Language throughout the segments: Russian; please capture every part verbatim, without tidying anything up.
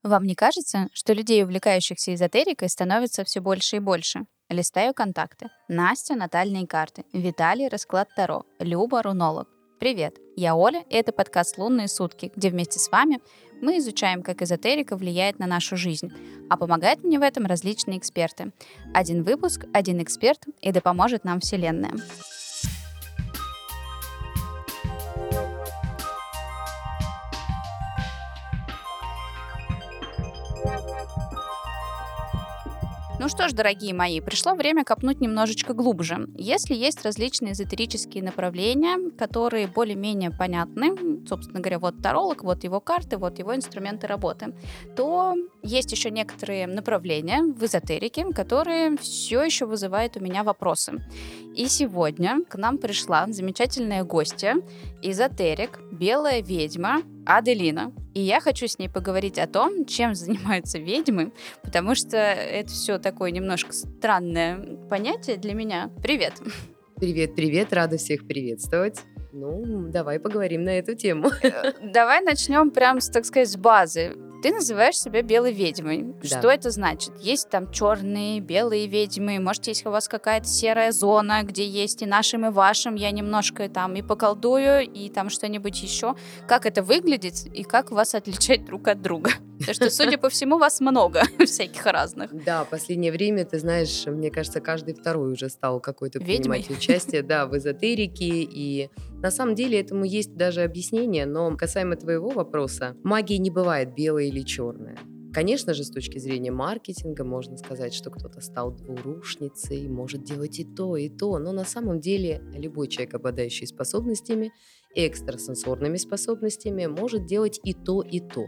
Вам не кажется, что людей, увлекающихся эзотерикой, становится все больше и больше? Листаю контакты. Настя — натальные карты. Виталий — расклад Таро. Люба — рунолог. Привет, я Оля, и это подкаст «Лунные сутки», где вместе с вами мы изучаем, как эзотерика влияет на нашу жизнь. А помогают мне в этом различные эксперты. Один выпуск, один эксперт, и да поможет нам Вселенная. Ну что ж, дорогие мои, пришло время копнуть немножечко глубже. Если есть различные эзотерические направления, которые более-менее понятны, собственно говоря, вот таролог, вот его карты, вот его инструменты работы, то есть еще некоторые направления в эзотерике, которые все еще вызывают у меня вопросы. И сегодня к нам пришла замечательная гостья, эзотерик, белая ведьма Аделина. И я хочу с ней поговорить о том, чем занимаются ведьмы, потому что это все такое немножко странное понятие для меня. Привет! Привет, привет, рада всех приветствовать. Ну, давай поговорим на эту тему. Давай начнем прям, так сказать, с базы. Ты называешь себя белой ведьмой. Да. Что это значит? Есть там черные, белые ведьмы, может, есть у вас какая-то серая зона, где есть и нашим, и вашим. Я немножко там и поколдую, и там что-нибудь еще. Как это выглядит и как вас отличать друг от друга? Потому что, судя по всему, вас много всяких разных. Да, в последнее время, ты знаешь, мне кажется, каждый второй уже стал какой-то Ведьмой. принимать участие, да, в эзотерике, и на самом деле этому есть даже объяснение, но касаемо твоего вопроса, магии не бывает белая или черная. Конечно же, с точки зрения маркетинга можно сказать, что кто-то стал двурушницей, может делать и то, и то, но на самом деле любой человек, обладающий способностями, экстрасенсорными способностями, может делать и то, и то.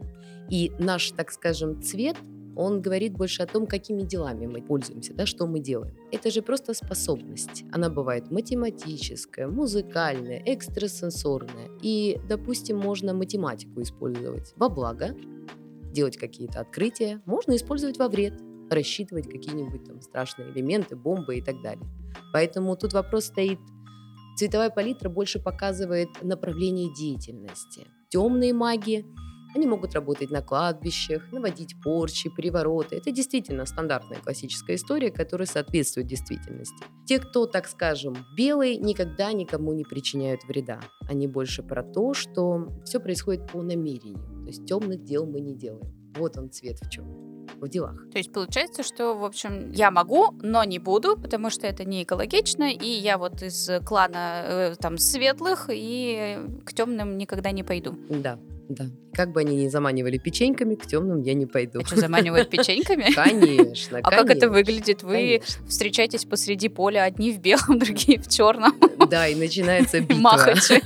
И наш, так скажем, цвет, он говорит больше о том, какими делами мы пользуемся, да, что мы делаем. Это же просто способность. Она бывает математическая, музыкальная, экстрасенсорная. И, допустим, можно математику использовать во благо, делать какие-то открытия, можно использовать во вред, рассчитывать какие-нибудь там страшные элементы, бомбы и так далее. Поэтому тут вопрос стоит, цветовая палитра больше показывает направление деятельности. Темные маги, они могут работать на кладбищах, наводить порчи, привороты. Это действительно стандартная классическая история, которая соответствует действительности. Те, кто, так скажем, белые, никогда никому не причиняют вреда. Они больше про то, что все происходит по намерению. То есть темных дел мы не делаем. Вот он цвет в чем. В делах. То есть получается, что, в общем, я могу, но не буду, потому что это не экологично, и я вот из клана э, там светлых, и к темным никогда не пойду. Да. Да. Как бы они ни заманивали печеньками, к темным я не пойду. А что, заманивают печеньками? Конечно. А как это выглядит? Вы встречаетесь посреди поля, одни в белом, другие в черном. Да, и начинается битва. Махачи.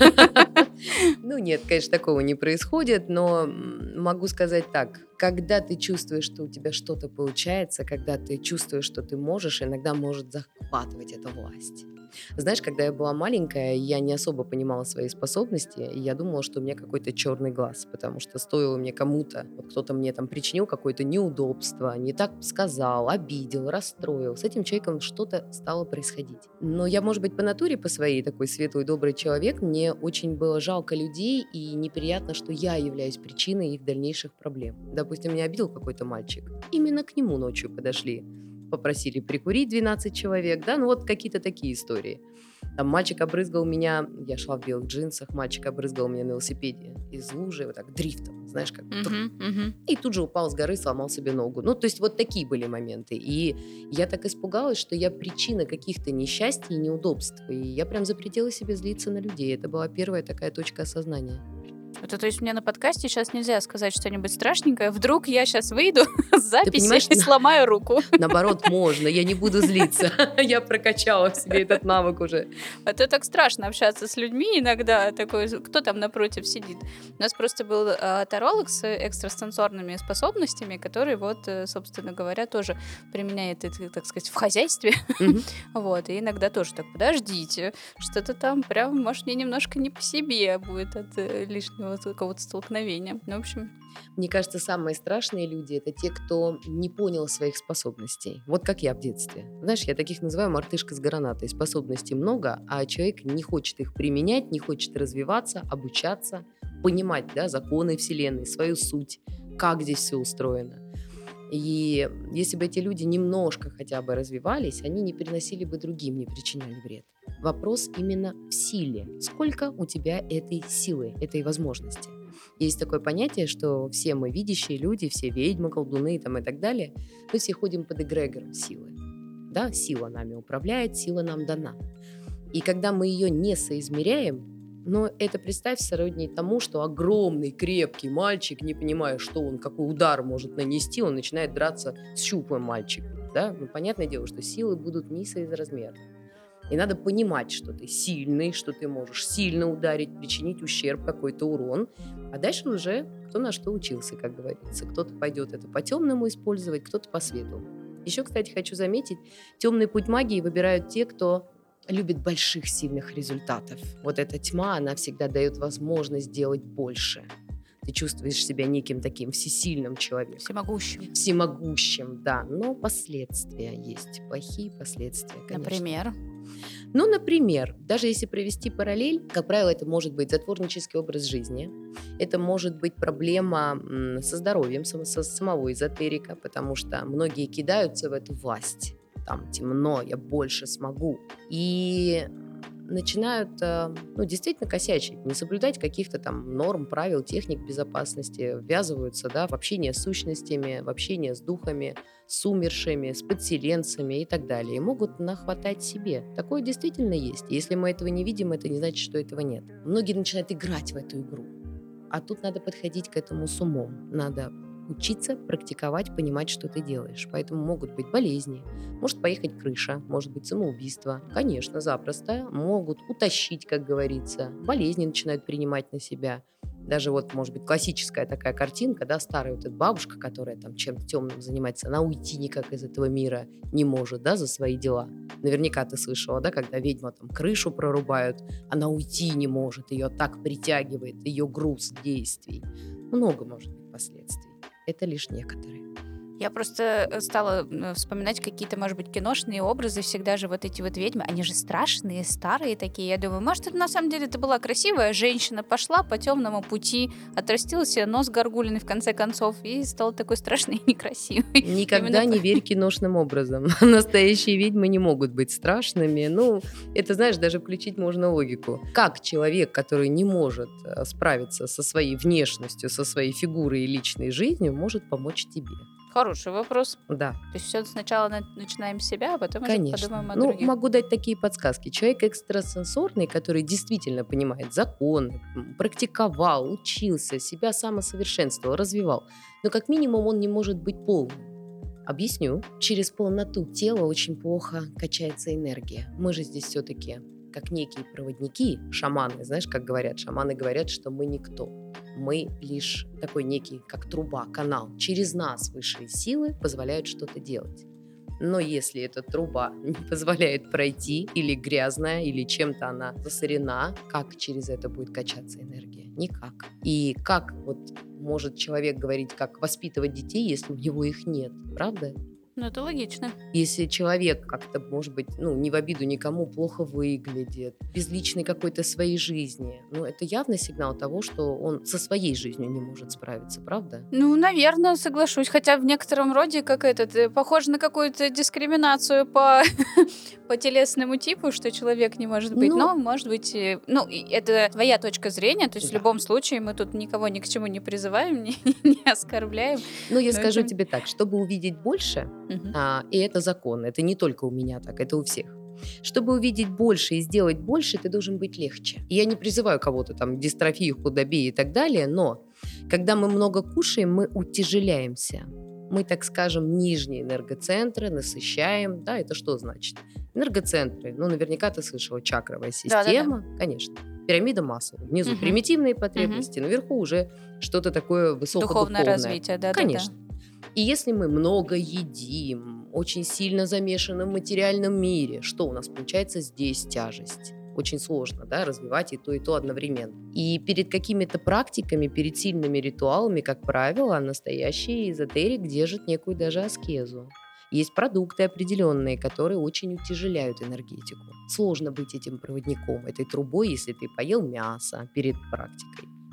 Ну нет, конечно, такого не происходит, но могу сказать так. Когда ты чувствуешь, что у тебя что-то получается, когда ты чувствуешь, что ты можешь, иногда может захватывать эта власть. Знаешь, когда я была маленькая, я не особо понимала свои способности, и я думала, что у меня какой-то черный глаз, потому что стоило мне кому-то, вот кто-то мне там причинил какое-то неудобство, не так сказал, обидел, расстроил, с этим человеком что-то стало происходить. Но я, может быть, по натуре, по своей такой светлый, добрый человек, мне очень было жалко людей, и неприятно, что я являюсь причиной их дальнейших проблем. Допустим, меня обидел какой-то мальчик, именно к нему ночью подошли. Попросили прикурить двенадцать человек, да, ну вот какие-то такие истории. Там мальчик обрызгал меня, я шла в белых джинсах, мальчик обрызгал меня на велосипеде из лужи, вот так дрифтом, знаешь, как uh-huh, uh-huh. И тут же упал с горы, сломал себе ногу. Ну, то есть вот такие были моменты. И я так испугалась, что я причина каких-то несчастий и неудобств. И я прям запретила себе злиться на людей. Это была первая такая точка осознания. Это, то есть мне на подкасте сейчас нельзя сказать что-нибудь страшненькое. Вдруг я сейчас выйду с записи и сломаю руку. Наоборот, можно. Я не буду злиться. Я прокачала в себе этот навык уже. Это так страшно общаться с людьми иногда. Такой, кто там напротив сидит? У нас просто был э, таролог с экстрасенсорными способностями, который вот, э, собственно говоря, тоже применяет это, так сказать, в хозяйстве. Mm-hmm. Вот. И иногда тоже так, подождите, что-то там прям, может, мне немножко не по себе будет от э, лишнего какого-то столкновения. Ну, в общем... Мне кажется, самые страшные люди — это те, кто не понял своих способностей. Вот как я в детстве. Знаешь, я таких называю мартышка с гранатой. Способностей много, а человек не хочет их применять, не хочет развиваться, обучаться, понимать, да, законы Вселенной, свою суть. как здесь все устроено. И если бы эти люди немножко хотя бы развивались, они не переносили бы другим, не причиняли вред. Вопрос именно в силе. Сколько у тебя этой силы, этой возможности? Есть такое понятие, что все мы видящие люди, все ведьмы, колдуны там, и так далее, мы все ходим под эгрегором силы. Да, сила нами управляет, сила нам дана. И когда мы ее не соизмеряем, но это, представь, сродни тому, что огромный, крепкий мальчик, не понимая, что он, какой удар может нанести, он начинает драться с щуплым мальчиком. Да? Ну, понятное дело, что силы будут несоизмеримы. И надо понимать, что ты сильный, что ты можешь сильно ударить, причинить ущерб, какой-то урон. А дальше уже кто на что учился, как говорится. Кто-то пойдет это по-темному использовать, кто-то по свету. Еще, кстати, хочу заметить, темный путь магии выбирают те, кто любит больших, сильных результатов. Вот эта тьма, она всегда дает возможность сделать больше. Ты чувствуешь себя неким таким всесильным человеком. Всемогущим. Всемогущим, да. Но последствия есть. Плохие последствия, конечно. Например? Ну, например, даже если провести параллель, как правило, это может быть затворнический образ жизни. Это может быть проблема м, со здоровьем со, со самого эзотерика, потому что многие кидаются в эту власть. Там темно, я больше смогу. И начинают, э, ну, действительно косячить, не соблюдать каких-то там норм, правил, техник безопасности, ввязываются, да, в общение с сущностями, в общение с духами, с умершими, с подселенцами и так далее. И могут нахватать себе. Такое действительно есть. Если мы этого не видим, это не значит, что этого нет. Многие начинают играть в эту игру. А тут надо подходить к этому с умом. Надо учиться, практиковать, понимать, что ты делаешь. Поэтому могут быть болезни, может поехать крыша, может быть самоубийство. Конечно, запросто. Могут утащить, как говорится. Болезни начинают принимать на себя. Даже вот, может быть, классическая такая картинка, да, старая вот эта бабушка, которая там чем-то темным занимается, она уйти никак из этого мира не может, да, за свои дела. Наверняка ты слышала, да, когда ведьма там крышу прорубают, она уйти не может, ее так притягивает, ее груз действий. Много может быть последствий. Это лишь некоторые. Я просто стала вспоминать какие-то, может быть, киношные образы. Всегда же вот эти вот ведьмы, они же страшные, старые такие. Я думаю, может, это на самом деле это была красивая женщина, пошла по темному пути, отрастила себе нос горгулиный в конце концов и стала такой страшной и некрасивой. Никогда Именно... не верь киношным образом. Настоящие ведьмы не могут быть страшными. Ну, это, знаешь, даже включить можно логику. Как человек, который не может справиться со своей внешностью, со своей фигурой и личной жизнью, может помочь тебе? Хороший вопрос. Да. То есть все сначала начинаем с себя, а потом Конечно. уже подумаем о ну, других. Могу дать такие подсказки. Человек экстрасенсорный, который действительно понимает законы, практиковал, учился, себя самосовершенствовал, развивал. Но как минимум он не может быть полным. Объясню. Через полноту тела очень плохо качается энергия. Мы же здесь все-таки как некие проводники, шаманы. Знаешь, как говорят? Шаманы говорят, что мы никто. Мы лишь такой некий, как труба, канал. Через нас высшие силы позволяют что-то делать. Но если эта труба не позволяет пройти, или грязная, или чем-то она засорена, как через это будет качаться энергия? Никак. И как вот может человек говорить, как воспитывать детей, если у него их нет? Правда? Ну, это логично. Если человек как-то, может быть, ну, не в обиду никому, плохо выглядит, без личной какой-то своей жизни, ну, это явный сигнал того, что он со своей жизнью не может справиться, правда? Ну, наверное, соглашусь. Хотя в некотором роде, как этот, похоже на какую-то дискриминацию по, по телесному типу, что человек не может быть. Ну, Но, может быть, ну, это твоя точка зрения, то есть да. В любом случае мы тут никого ни к чему не призываем, не, не оскорбляем. Ну, я Но скажу это... тебе так, чтобы увидеть больше, Uh-huh. А, и это закон, это не только у меня так, это у всех. Чтобы увидеть больше и сделать больше, ты должен быть легче. Я не призываю кого-то там дистрофию, худобе и так далее, но когда мы много кушаем, мы утяжеляемся. Мы, так скажем, нижние энергоцентры насыщаем. Да, это что значит? Энергоцентры, ну, наверняка ты слышала, чакровая система, Да-да-да. Конечно. Пирамида Маслоу. Внизу uh-huh. примитивные потребности, uh-huh. наверху уже что-то такое высокодуховное. Духовное развитие, да, Конечно. Да, да. И если мы много едим, очень сильно замешаны в материальном мире, что у нас получается? Здесь тяжесть. Очень сложно, да, развивать и то, и то одновременно. И перед какими-то практиками, перед сильными ритуалами, как правило, настоящий эзотерик держит некую даже аскезу. Есть продукты определенные, которые очень утяжеляют энергетику. Сложно быть этим проводником, этой трубой, если ты поел мясо перед практикой.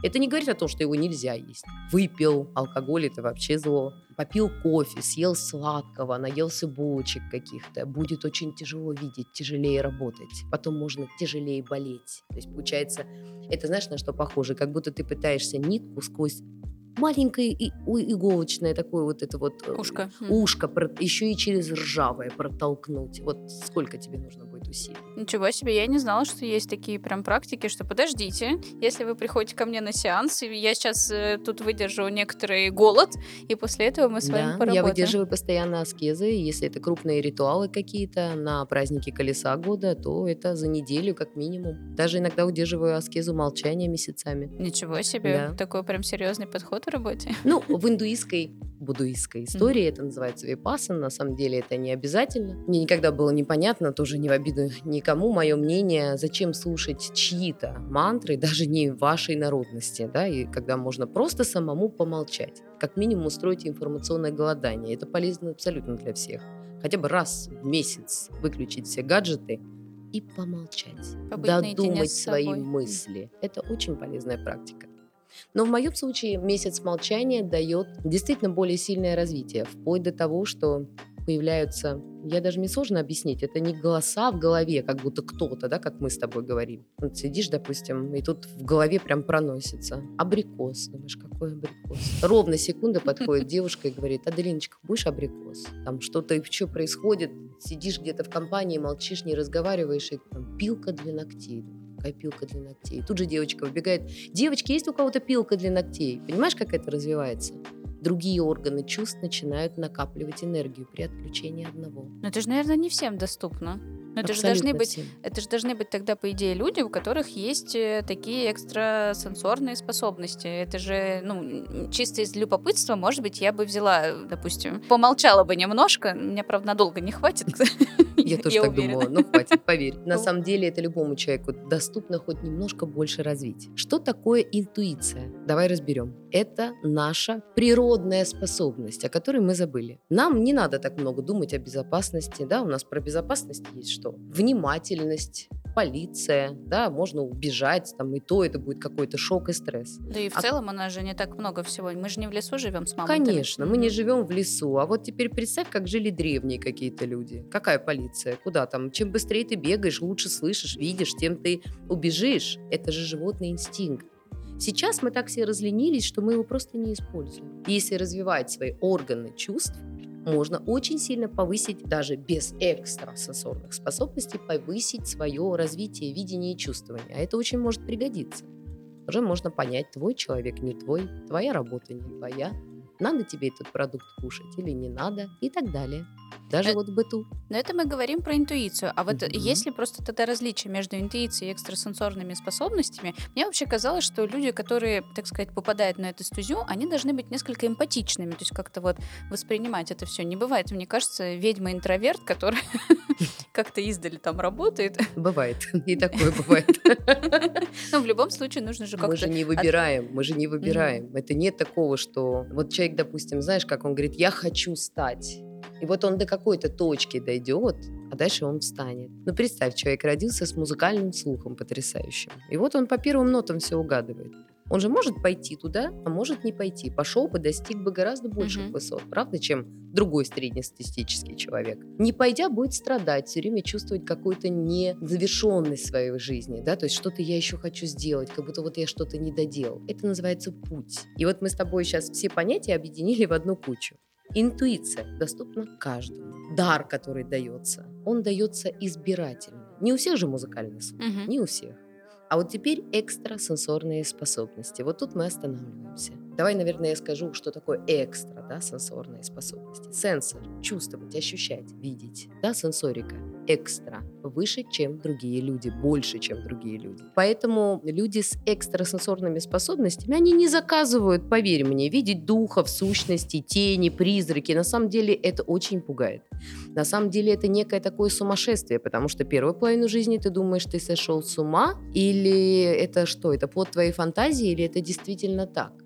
Это не говорит о том, что его нельзя есть. Выпил, алкоголь – это вообще зло. Попил кофе, съел сладкого, наелся булочек каких-то. Будет очень тяжело видеть, тяжелее работать. Потом можно тяжелее болеть. То есть, получается, это знаешь, на что похоже? Как будто ты пытаешься нитку сквозь маленькое и, ой, иголочное такое вот это вот Ушко. ушко, еще и через ржавое протолкнуть. Вот сколько тебе нужно будет усилий? Ничего себе, я не знала, что есть такие прям практики, что подождите, если вы приходите ко мне на сеанс, и я сейчас э, тут выдержу некоторый голод, и после этого мы с вами Да, поработаем. я выдерживаю постоянно аскезы, и если это крупные ритуалы какие-то на праздники колеса года, то это за неделю как минимум. Даже иногда удерживаю аскезу молчания месяцами. Ничего себе, Да. такой прям серьезный подход в работе. Ну, в индуистской, буддуистской истории это называется випассана, на самом деле это не обязательно. Мне никогда было непонятно, тоже не в обиду никому, мое мнение, зачем слушать чьи-то мантры, даже не вашей народности, да, и когда можно просто самому помолчать, как минимум устроить информационное голодание. Это полезно абсолютно для всех. Хотя бы раз в месяц выключить все гаджеты и помолчать, Побыть наедине додумать с свои собой. мысли. Это очень полезная практика. Но в моем случае месяц молчания дает действительно более сильное развитие, вплоть до того, что появляются, я даже не сложно объяснить, это не голоса в голове, как будто кто-то, да, как мы с тобой говорим. Вот сидишь, допустим, и тут в голове прям проносится абрикос. Думаешь, какой абрикос? Ровно секунда подходит девушка и говорит: Аделиночка, будешь абрикос? Там что-то еще происходит, сидишь где-то в компании, молчишь, не разговариваешь, и там пилка для ногтей. Какая пилка для ногтей? Тут же девочка выбегает: девочки, есть у кого-то пилка для ногтей? Понимаешь, как это развивается? Другие органы чувств начинают накапливать энергию при отключении одного. Но это же, наверное, не всем доступно. Но это же Абсолютно должны быть, всем. это же должны быть тогда, по идее, люди, у которых есть э, такие экстрасенсорные способности. Это же, ну, м, чисто из любопытства, может быть, я бы взяла, э, допустим, помолчала бы немножко. Меня, правда, надолго не хватит. Я тоже так уверена. думала, но хватит, поверь. На Ну. самом деле это любому человеку доступно хоть немножко больше развить. Что такое интуиция? Давай разберем. Это наша природная способность, о которой мы забыли. Нам не надо так много думать о безопасности, да, у нас про безопасность есть что? Внимательность, полиция, да, можно убежать, там, и то это будет какой-то шок и стресс. Да и в А- целом у нас же не так много всего. Мы же не в лесу живем с мамой. Конечно, мы не живем в лесу, а вот теперь представь, как жили древние какие-то люди. Какая полиция? Куда там? Чем быстрее ты бегаешь, лучше слышишь, видишь, тем ты убежишь. Это же животный инстинкт. Сейчас мы так все разленились, что мы его просто не используем. Если развивать свои органы чувств, можно очень сильно повысить, даже без экстрасенсорных способностей, повысить свое развитие, видение и чувствование. А это очень может пригодиться. Уже можно понять, твой человек не твой, твоя работа не твоя, надо тебе этот продукт кушать или не надо и так далее. Даже Э, вот в быту. Но это мы говорим про интуицию. А вот Мгм. есть ли просто тогда различие между интуицией и экстрасенсорными способностями? Мне вообще казалось, что люди, которые, так сказать, попадают на эту стезю, они должны быть несколько эмпатичными, то есть как-то вот воспринимать это все. Не бывает, мне кажется, ведьма-интроверт, который как-то издали там работает. Бывает. И такое бывает. Но в любом случае нужно же Мы как-то... же не выбираем, мы же не выбираем. Это нет такого, что вот человек, допустим, знаешь, как он говорит: я хочу стать. И вот он до какой-то точки дойдет, а дальше он встанет. Ну, представь, человек родился с музыкальным слухом потрясающим. И вот он по первым нотам все угадывает. Он же может пойти туда, а может не пойти. Пошел бы, достиг бы гораздо больших Мгм. высот, правда, чем другой среднестатистический человек. Не пойдя, будет страдать, все время чувствовать какую-то незавершенность своей жизни, да, то есть что-то я еще хочу сделать, как будто вот я что-то не доделал. Это называется путь. И вот мы с тобой сейчас все понятия объединили в одну кучу. Интуиция доступна каждому. Дар, который дается, он дается избирательно. Не у всех же музыкальный слух, Мгм. не у всех. А вот теперь экстрасенсорные способности. Вот тут мы останавливаемся. Давай, наверное, я скажу, что такое экстра, да, сенсорные способности. Сенсор – чувствовать, ощущать, видеть. Да, сенсорика – экстра, выше, чем другие люди, больше, чем другие люди. Поэтому люди с экстрасенсорными способностями, они не заказывают, поверь мне, видеть духов, сущности, тени, призраки. На самом деле это очень пугает. На самом деле это некое такое сумасшествие, потому что первую половину жизни ты думаешь, ты сошел с ума, или это что, это плод твоей фантазии, или это действительно так?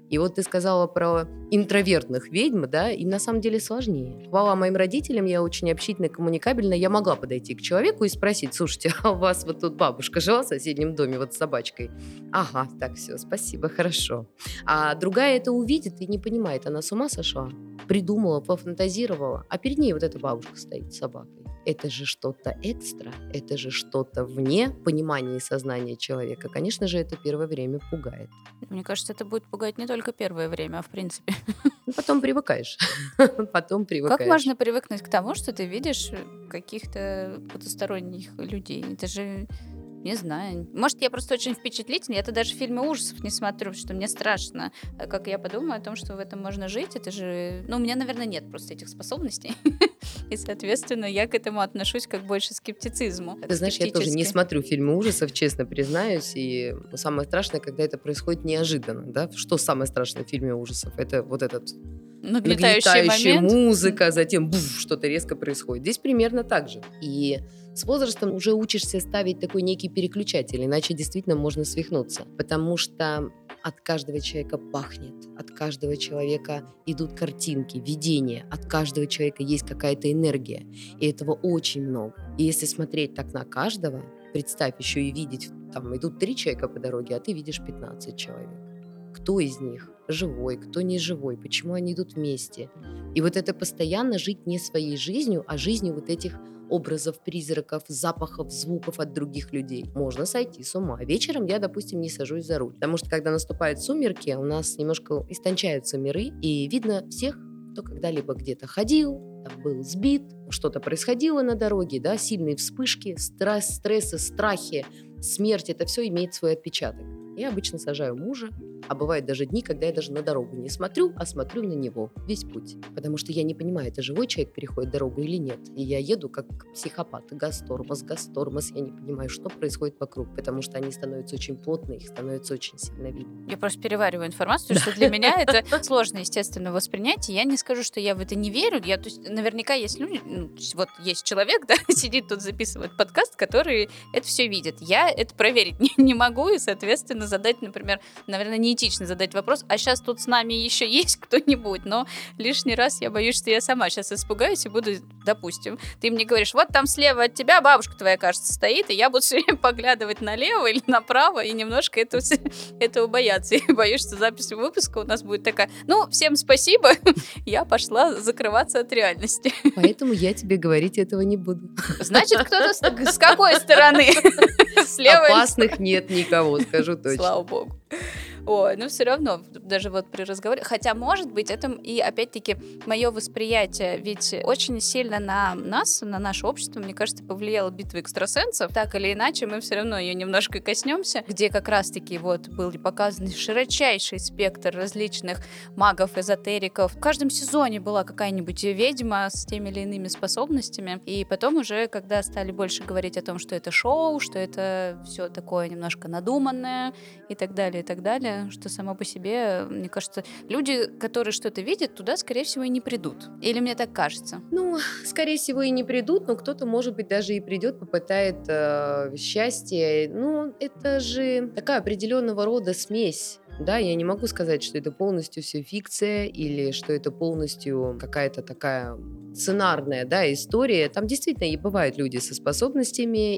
И вот ты сказала про интровертных ведьм, да, им на самом деле сложнее. Хвала моим родителям, я очень общительная, коммуникабельная, я могла подойти к человеку и спросить: слушайте, а у вас вот тут бабушка жила в соседнем доме вот с собачкой? Ага, так, все, спасибо, хорошо. А другая это увидит и не понимает, она с ума сошла? Придумала, пофантазировала, а перед ней вот эта бабушка стоит с собакой. Это же что-то экстра, это же что-то вне понимания и сознания человека. Конечно же, это первое время пугает. Мне кажется, это будет пугать не только первое время, а в принципе. Ну, потом привыкаешь. Потом привыкаешь. Как можно привыкнуть к тому, что ты видишь каких-то потусторонних людей? Это же... Не знаю. Может, я просто очень впечатлительная. Я-то даже фильмы ужасов не смотрю, потому что мне страшно. А как я подумаю о том, что в этом можно жить, это же... Ну, у меня, наверное, нет просто этих способностей. И, соответственно, я к этому отношусь как больше скептицизму. Ты знаешь, я тоже не смотрю фильмы ужасов, честно признаюсь. И самое страшное, когда это происходит неожиданно. Да? Что самое страшное в фильме ужасов? Это вот этот... Нагнетающая момент. Музыка, затем буф, что-то резко происходит. Здесь примерно так же. И с возрастом уже учишься ставить такой некий переключатель, иначе действительно можно свихнуться. Потому что от каждого человека пахнет, от каждого человека идут картинки, видения, от каждого человека есть какая-то энергия. И этого очень много. И если смотреть так на каждого, представь еще и видеть, там идут три человека по дороге, а ты видишь пятнадцать человек. Кто из них живой, кто не живой, почему они идут вместе. И вот это постоянно жить не своей жизнью, а жизнью вот этих образов, призраков, запахов, звуков от других людей. Можно сойти с ума. Вечером я, допустим, не сажусь за руль, потому что когда наступают сумерки, у нас немножко истончаются миры, и видно всех, кто когда-либо где-то ходил, там был сбит, что-то происходило на дороге, да, сильные вспышки, стресс, стрессы, страхи, смерть, это все имеет свой отпечаток. Я обычно сажаю мужа, а бывают даже дни, когда я даже на дорогу не смотрю, а смотрю на него весь путь. Потому что я не понимаю, это живой человек переходит дорогу или нет. И я еду как психопат. Газ-тормоз, газ-тормоз. Я не понимаю, что происходит вокруг, потому что они становятся очень плотные, их становится очень сильно видно. Я просто перевариваю информацию, что для меня это сложно, естественно, воспринять. И я не скажу, что я в это не верю. Я, то есть, наверняка есть люди, ну, вот есть человек, да, сидит тут, записывает подкаст, который это все видит. Я это проверить не, не могу, и, соответственно, задать, например, наверное, неэтично задать вопрос, а сейчас тут с нами еще есть кто-нибудь, но лишний раз я боюсь, что я сама сейчас испугаюсь и буду, допустим, ты мне говоришь, вот там слева от тебя бабушка твоя, кажется, стоит, и я буду все время поглядывать налево или направо и немножко этого, этого бояться. И боюсь, что запись выпуска у нас будет такая, ну, всем спасибо, я пошла закрываться от реальности. Поэтому я тебе говорить этого не буду. Значит, кто-то с, с какой стороны? Слева. Опасных нет никого, скажу точно. Слава богу. Ой, но все равно, даже вот при разговоре, хотя, может быть, это и, опять-таки, мое восприятие, ведь очень сильно на нас, на наше общество, мне кажется, повлияла битва экстрасенсов. Так или иначе, мы все равно ее немножко коснемся, где как раз-таки вот был показан широчайший спектр различных магов, эзотериков. В каждом сезоне была какая-нибудь ведьма с теми или иными способностями, и потом уже, когда стали больше говорить о том, что это шоу, что это все такое немножко надуманное и так далее, и так далее, что само по себе, мне кажется, люди, которые что-то видят, туда, скорее всего, и не придут. Или мне так кажется? Ну, скорее всего, и не придут, но кто-то, может быть, даже и придет, попытает э, счастье. Ну, это же такая определенного рода смесь. Да, я не могу сказать, что это полностью все фикция или что это полностью какая-то такая сценарная, да, история. Там действительно и бывают люди со способностями,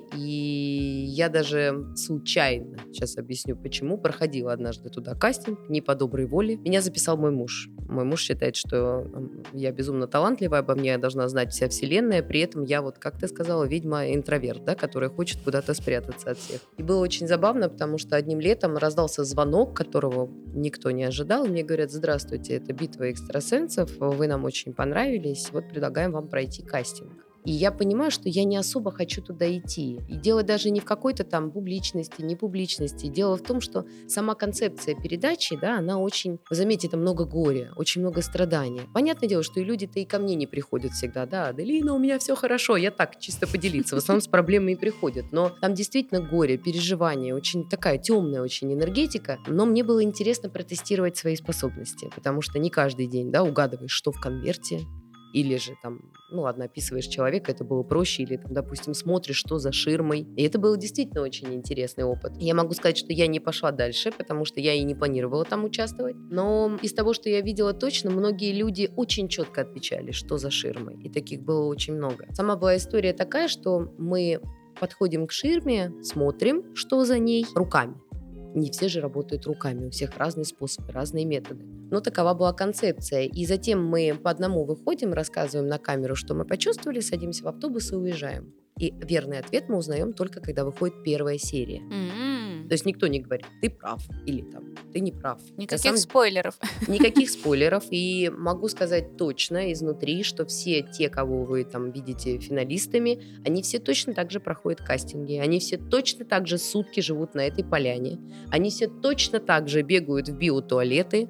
и я даже случайно, сейчас объясню почему, проходила однажды туда кастинг, не по доброй воле. Меня записал мой муж. Мой муж считает, что я безумно талантливая, обо мне должна знать вся вселенная, при этом я вот, как ты сказала, ведьма-интроверт, да, которая хочет куда-то спрятаться от всех. И было очень забавно, потому что одним летом раздался звонок, которого никто не ожидал. Мне говорят: здравствуйте, это битва экстрасенсов, вы нам очень понравились, вот предлагаем вам пройти кастинг. И я понимаю, что я не особо хочу туда идти. И дело даже не в какой-то там публичности, не публичности. Дело в том, что сама концепция передачи, да, она очень, вы заметите, это много горя, очень много страдания. Понятное дело, что и люди-то и ко мне не приходят всегда. Да, Аделина, у меня все хорошо, я так, чисто поделиться. В основном с проблемами и приходят. Но там действительно горе, переживание, очень такая темная очень энергетика. Но мне было интересно протестировать свои способности, потому что не каждый день, да, угадываешь, что в конверте, Или же там, ну ладно, описываешь человека, это было проще, или там, допустим, смотришь, что за ширмой. И это был действительно очень интересный опыт. Я могу сказать, что я не пошла дальше, потому что я и не планировала там участвовать. Но из того, что я видела точно, многие люди очень четко отвечали, что за ширмой. И таких было очень много. Сама была история такая, что мы подходим к ширме, смотрим, что за ней, руками. Не все же работают руками, у всех разные способы, разные методы. Но такова была концепция. И затем мы по одному выходим, рассказываем на камеру, что мы почувствовали, садимся в автобус и уезжаем. И верный ответ мы узнаем только, когда выходит первая серия. М-м. То есть никто не говорит, ты прав, или там, ты не прав. Никаких самом... спойлеров. Никаких спойлеров. И могу сказать точно изнутри, что все те, кого вы там видите финалистами, они все точно так же проходят кастинги. Они все точно так же сутки живут на этой поляне. Они все точно так же бегают в биотуалеты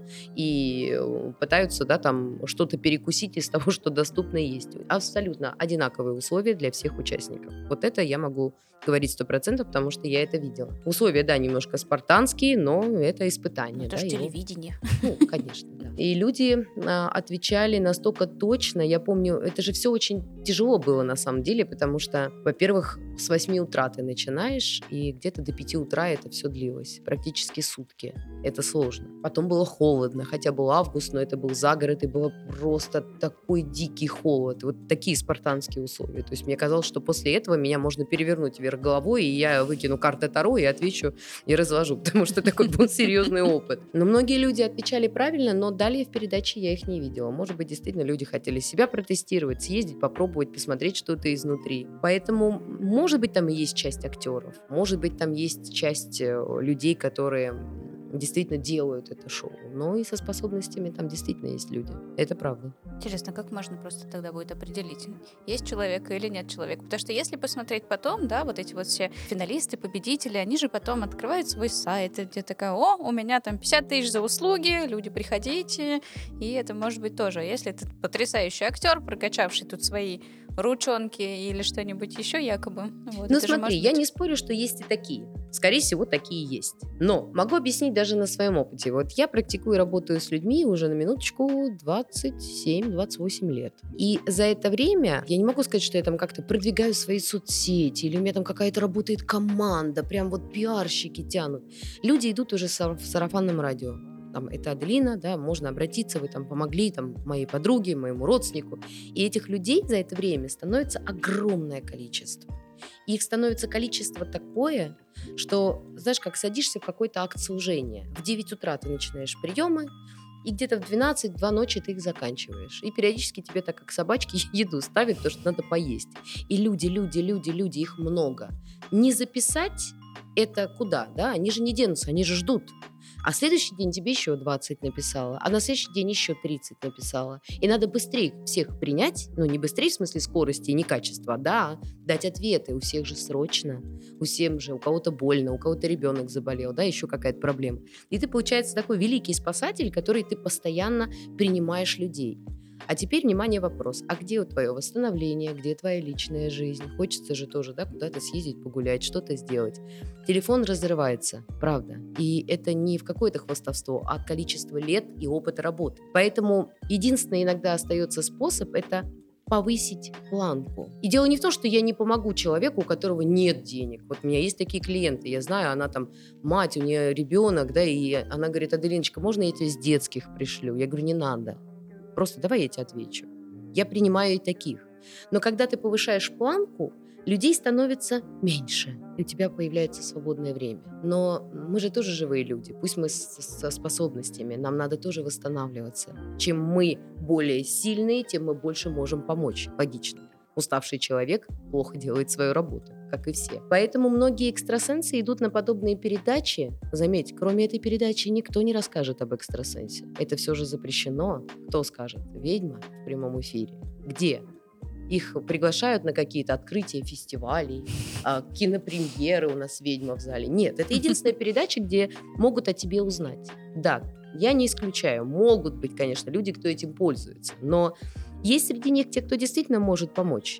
и пытаются, да, там что-то перекусить из того, что доступно есть. Абсолютно одинаковые условия для всех участников. Вот это я могу говорить сто процентов, потому что я это видела. Условия, да, немножко спартанские, но это испытание. Это да, же его... телевидение. Ну, конечно, да. И люди а, отвечали настолько точно. Я помню, это же все очень тяжело было на самом деле, потому что, во-первых, с восьми утра ты начинаешь, и где-то до пяти утра это все длилось. Практически сутки. Это сложно. Потом было холодно, хотя был август, но это был загород, и было просто такой дикий холод. Вот такие спартанские условия. То есть мне казалось, что после этого меня можно перевернуть вверх головой, и я выкину карты Таро и отвечу, и разложу, потому что такой был серьезный опыт. Но многие люди отвечали правильно, но далее в передаче я их не видела. Может быть, действительно люди хотели себя протестировать, съездить, попробовать, посмотреть что-то изнутри. Поэтому, может быть, там и есть часть актеров, может быть, там есть часть людей, которые действительно делают это шоу. Но и со способностями там действительно есть люди. Это правда. Интересно, как можно просто тогда будет определить, есть человек или нет человека? Потому что если посмотреть потом, да, вот эти вот все финалисты, победители, они же потом открывают свой сайт, где такая, о, у меня там пятьдесят тысяч за услуги, люди, приходите. И это может быть тоже, если ты потрясающий актер, прокачавший тут свои ручонки или что-нибудь еще якобы. Вот, ну смотри, я быть... не спорю, что есть и такие. Скорее всего, такие есть. Но могу объяснить даже на своем опыте. Вот я практикую и работаю с людьми уже на минуточку двадцать семь двадцать восемь лет. И за это время я не могу сказать, что я там как-то продвигаю свои соцсети, или у меня там какая-то работает команда, прям вот пиарщики тянут. Люди идут уже в сарафанном радио. Там, это Аделина, да, можно обратиться, вы там помогли там, моей подруге, моему родственнику. И этих людей за это время становится огромное количество. И их становится количество такое, что, знаешь, как садишься в какой-то акт служения. В девять утра ты начинаешь приемы, и где-то в двенадцать, два ночи ты их заканчиваешь. И периодически тебе так, как собачки, еду ставят, потому что надо поесть. И люди, люди, люди, люди, их много. Не записать это куда, да? Они же не денутся, они же ждут. А следующий день тебе еще двадцать написала, а на следующий день еще тридцать написала. И надо быстрее всех принять, ну не быстрее в смысле скорости и не качества, да, дать ответы. У всех же срочно, у всех же, у кого-то больно, у кого-то ребенок заболел, да, еще какая-то проблема. И ты, получается, такой великий спасатель, который ты постоянно принимаешь людей. А теперь, внимание, вопрос. А где твое восстановление, где твоя личная жизнь? Хочется же тоже, да, куда-то съездить, погулять, что-то сделать. Телефон разрывается, правда. И это не в какое-то хвастовство, а от количества лет и опыта работы. Поэтому единственный иногда остается способ – это повысить планку. И дело не в том, что я не помогу человеку, у которого нет денег. Вот у меня есть такие клиенты, я знаю, она там мать, у нее ребенок, да, и она говорит: Аделиночка, можно я тебе с детских пришлю? Я говорю: не надо. Просто давай я тебе отвечу. Я принимаю и таких. Но когда ты повышаешь планку, людей становится меньше, и у тебя появляется свободное время. Но мы же тоже живые люди, пусть мы со способностями, нам надо тоже восстанавливаться. Чем мы более сильные, тем мы больше можем помочь. Логично. Уставший человек плохо делает свою работу, как и все. Поэтому многие экстрасенсы идут на подобные передачи. Заметь, кроме этой передачи никто не расскажет об экстрасенсе. Это все же запрещено. Кто скажет? Ведьма в прямом эфире. Где? Их приглашают на какие-то открытия фестивалей, кинопремьеры у нас «Ведьма» в зале. Нет, это единственная передача, где могут о тебе узнать. Да, я не исключаю. Могут быть, конечно, люди, кто этим пользуется. Но есть среди них те, кто действительно может помочь.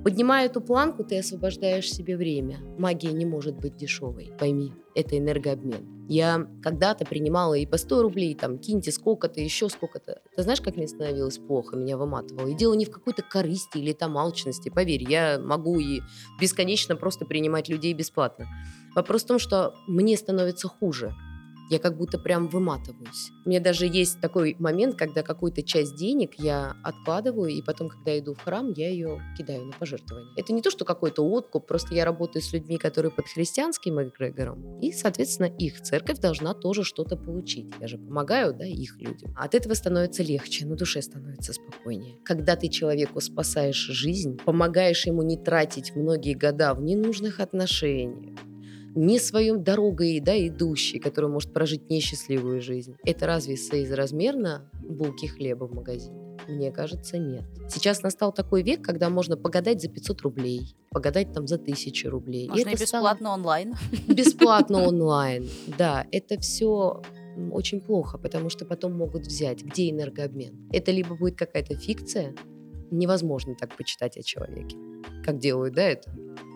Поднимая эту планку, ты освобождаешь себе время. Магия не может быть дешевой, пойми, это энергообмен. Я когда-то принимала и по сто рублей, там, киньте сколько-то, еще сколько-то. Ты знаешь, как мне становилось плохо, меня выматывало? И дело не в какой-то корысти или там алчности. Поверь, я могу и бесконечно просто принимать людей бесплатно. Вопрос в том, что мне становится хуже. Я как будто прям выматываюсь. У меня даже есть такой момент, когда какую-то часть денег я откладываю, и потом, когда иду в храм, я ее кидаю на пожертвование. Это не то, что какой-то откуп, просто я работаю с людьми, которые под христианским эгрегором, и, соответственно, их церковь должна тоже что-то получить. Я же помогаю, да, их людям. От этого становится легче, на душе становится спокойнее. Когда ты человеку спасаешь жизнь, помогаешь ему не тратить многие года в ненужных отношениях, не своей дорогой, да, идущей, который может прожить несчастливую жизнь. Это разве соизразмерно булки хлеба в магазине? Мне кажется, нет. Сейчас настал такой век, когда можно погадать за пятьсот рублей, погадать там за тысячу рублей. Можно и, и бесплатно стало... онлайн. Бесплатно онлайн, да. Это все очень плохо, потому что потом могут взять. Где энергообмен? Это либо будет какая-то фикция, невозможно так почитать о человеке, как делают, да, это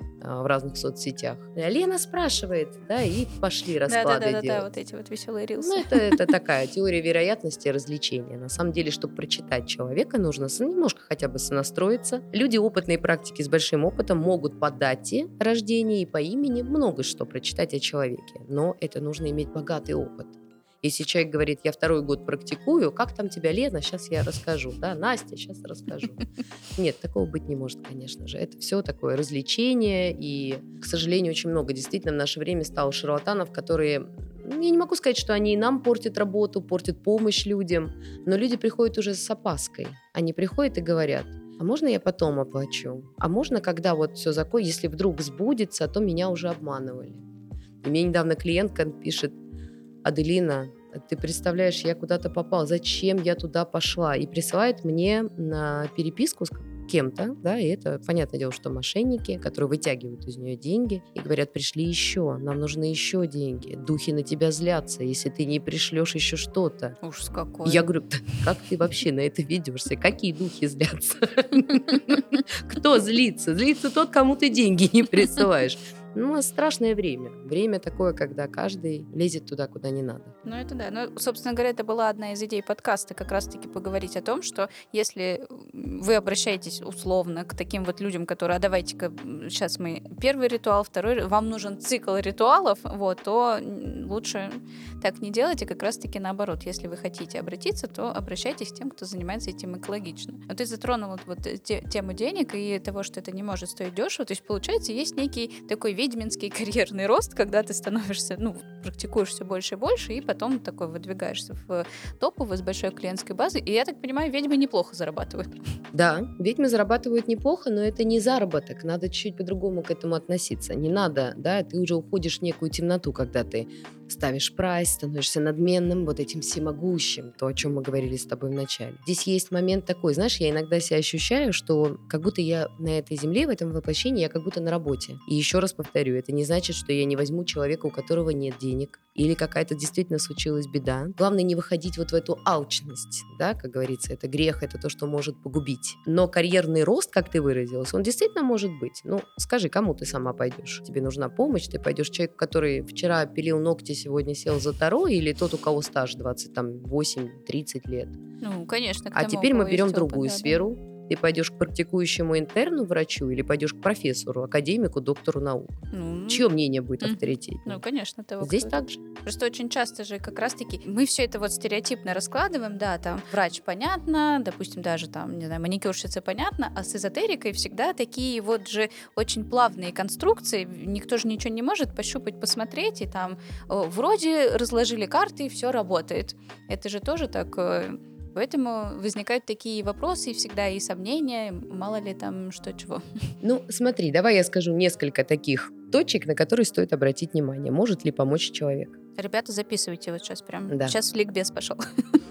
в разных соцсетях. Лена спрашивает, да, и пошли расклады делать. Да-да-да, вот эти вот веселые рилсы. Ну, это, это такая теория вероятности развлечения. На самом деле, чтобы прочитать человека, нужно немножко хотя бы сонастроиться. Люди опытные практики с большим опытом могут по дате рождения и по имени много что прочитать о человеке. Но это нужно иметь богатый опыт. Если человек говорит, я второй год практикую, как там тебя, Лена, сейчас я расскажу. Да, Настя, сейчас расскажу. Нет, такого быть не может, конечно же. Это все такое развлечение, и, к сожалению, очень много действительно в наше время стало шарлатанов, которые, я не могу сказать, что они и нам портят работу, портят помощь людям, но люди приходят уже с опаской. Они приходят и говорят, а можно я потом оплачу? А можно, когда вот все закончится, если вдруг сбудется, то меня уже обманывали. И мне недавно клиентка пишет, Аделина, ты представляешь, я куда-то попала, зачем я туда пошла? И присылает мне на переписку с кем-то, да, и это, понятное дело, что мошенники, которые вытягивают из нее деньги и говорят, пришли еще, нам нужны еще деньги, духи на тебя злятся, если ты не пришлешь еще что-то. Ужас какой. Я говорю, как ты вообще на это ведешься? Какие духи злятся? Кто злится? Злится тот, кому ты деньги не присылаешь. Ну, страшное время. Время такое, когда каждый лезет туда, куда не надо. Ну, это да. Ну, собственно говоря, это была одна из идей подкаста, как раз-таки поговорить о том, что если вы обращаетесь условно к таким вот людям, которые, а давайте-ка сейчас мы первый ритуал, второй, вам нужен цикл ритуалов, вот, то лучше так не делать, и как раз-таки наоборот. Если вы хотите обратиться, то обращайтесь к тем, кто занимается этим экологично. Но ты затронул вот те, тему денег и того, что это не может стоить дешево. То есть, получается, есть некий такой ведьминский карьерный рост, когда ты становишься, ну, практикуешь все больше и больше, и потом такой выдвигаешься в топовую с большой клиентской базой. И я так понимаю, ведьмы неплохо зарабатывают. Да, ведьмы зарабатывают неплохо, но это не заработок. Надо чуть-чуть по-другому к этому относиться. Не надо, да, ты уже уходишь в некую темноту, когда ты ставишь прайс, становишься надменным, вот этим всемогущим, то, о чем мы говорили с тобой в начале. Здесь есть момент такой, знаешь, я иногда себя ощущаю, что как будто я на этой земле, в этом воплощении, я как будто на работе. И еще раз повторю, это не значит, что я не возьму человека, у которого нет денег, или какая-то действительно случилась беда. Главное не выходить вот в эту алчность, да, как говорится, это грех, это то, что может погубить. Но карьерный рост, как ты выразилась, он действительно может быть. Ну, скажи, кому ты сама пойдешь? Тебе нужна помощь, ты пойдешь человек, который вчера пилил ногти, сегодня сел за таро, или тот, у кого стаж двадцать восемь тридцать лет? Ну, конечно. А теперь мы берем другую опыт, сферу. Да. Ты пойдешь к практикующему интерну врачу или пойдешь к профессору, академику, доктору наук? Ну, чье мнение будет mm-hmm. авторитетнее? Ну, конечно, того. Здесь так же. Просто очень часто же как раз-таки мы все это вот стереотипно раскладываем, да, там врач понятно, допустим, даже там, не знаю, маникюрщица понятно, а с эзотерикой всегда такие вот же очень плавные конструкции, никто же ничего не может пощупать, посмотреть, и там о, вроде разложили карты, и все работает. Это же тоже так... Поэтому возникают такие вопросы и всегда и сомнения, мало ли там что чего. Ну, смотри, давай я скажу несколько таких точек, на которые стоит обратить внимание. Может ли помочь человек? Ребята, записывайте вот сейчас прям. Да. Сейчас ликбез пошел.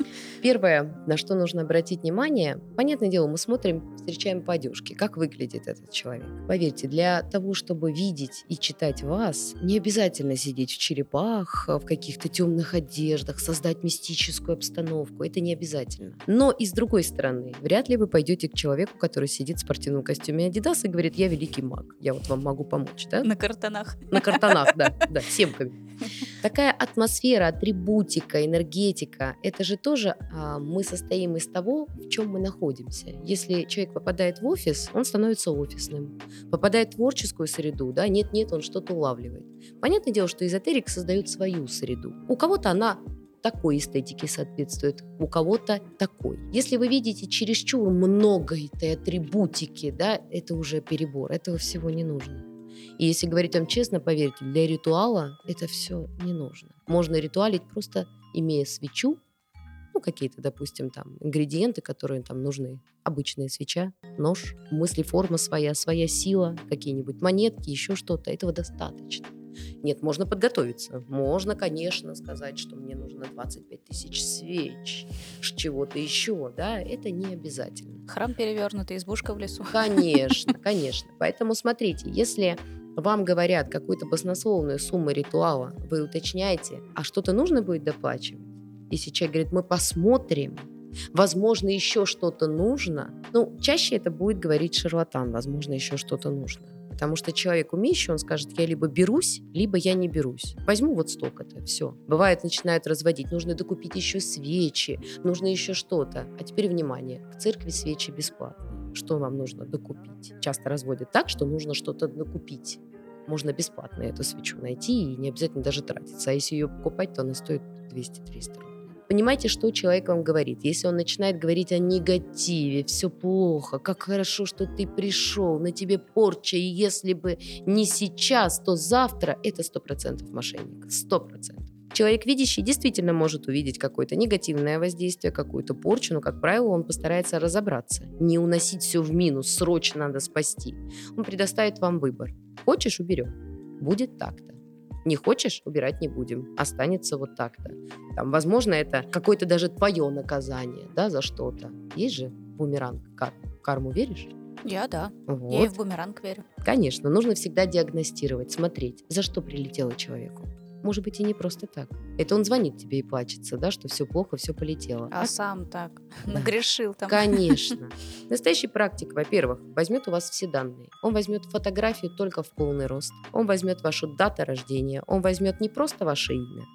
Первое, на что нужно обратить внимание, понятное дело, мы смотрим, встречаем по одежке, как выглядит этот человек. Поверьте, для того, чтобы видеть и читать вас, не обязательно сидеть в черепах, в каких-то темных одеждах, создать мистическую обстановку. Это не обязательно. Но и с другой стороны, вряд ли вы пойдете к человеку, который сидит в спортивном костюме Adidas и говорит: я великий маг, я вот вам могу помочь, да? На картонах. На картонах, да, да, семками. Такая атмосфера, атрибутика, энергетика, это же тоже а, мы состоим из того, в чем мы находимся. Если человек попадает в офис, он становится офисным. Попадает в творческую среду, да, нет-нет, он что-то улавливает. Понятное дело, что эзотерик создает свою среду. У кого-то она такой эстетике соответствует, у кого-то такой. Если вы видите чересчур много этой атрибутики, да, это уже перебор, этого всего не нужно. И если говорить вам честно, поверьте, для ритуала это все не нужно. Можно ритуалить просто имея свечу, ну, какие-то, допустим, там ингредиенты, которые там нужны. Обычная свеча, нож, мыслеформа своя, своя сила, какие-нибудь монетки, еще что-то. Этого достаточно. Нет, можно подготовиться. Можно, конечно, сказать, что мне нужно двадцать пять тысяч свеч, чего-то еще, да, это не обязательно. Храм перевернутый, избушка в лесу. Конечно, конечно. Поэтому смотрите, если вам говорят какую-то баснословную сумму ритуала, вы уточняете, а что-то нужно будет доплачивать? Если человек говорит: мы посмотрим, возможно, еще что-то нужно, ну, чаще это будет говорить шарлатан, возможно, еще что-то нужно. Потому что человек умеющий, он скажет: я либо берусь, либо я не берусь. Возьму вот столько-то, все. Бывает, начинают разводить, нужно докупить еще свечи, нужно еще что-то. А теперь внимание, в церкви свечи бесплатные. Что вам нужно докупить? Часто разводят так, что нужно что-то докупить. Можно бесплатно эту свечу найти и не обязательно даже тратиться. А если ее покупать, то она стоит двести-триста рублей. Понимаете, что человек вам говорит. Если он начинает говорить о негативе, все плохо, как хорошо, что ты пришел, на тебе порча, и если бы не сейчас, то завтра, это сто процентов мошенник, сто процентов. Человек видящий действительно может увидеть какое-то негативное воздействие, какую-то порчу, но, как правило, он постарается разобраться, не уносить все в минус, срочно надо спасти. Он предоставит вам выбор. Хочешь — уберем. Будет так-то. Не хочешь — убирать не будем. Останется вот так-то. Там, возможно, это какое-то даже твое наказание, да, за что-то. Есть же бумеранг карму. Карму веришь? Я да. Вот. Я и в бумеранг верю. Конечно, нужно всегда диагностировать, смотреть, за что прилетело человеку. Может быть, и не просто так. Это он звонит тебе и плачется, да, что все плохо, все полетело. А, а сам так нагрешил там. Конечно. Настоящий практик, во-первых, возьмет у вас все данные. Он возьмет фотографию только в полный рост. Он возьмет вашу дату рождения. Он возьмет не просто ваше имя,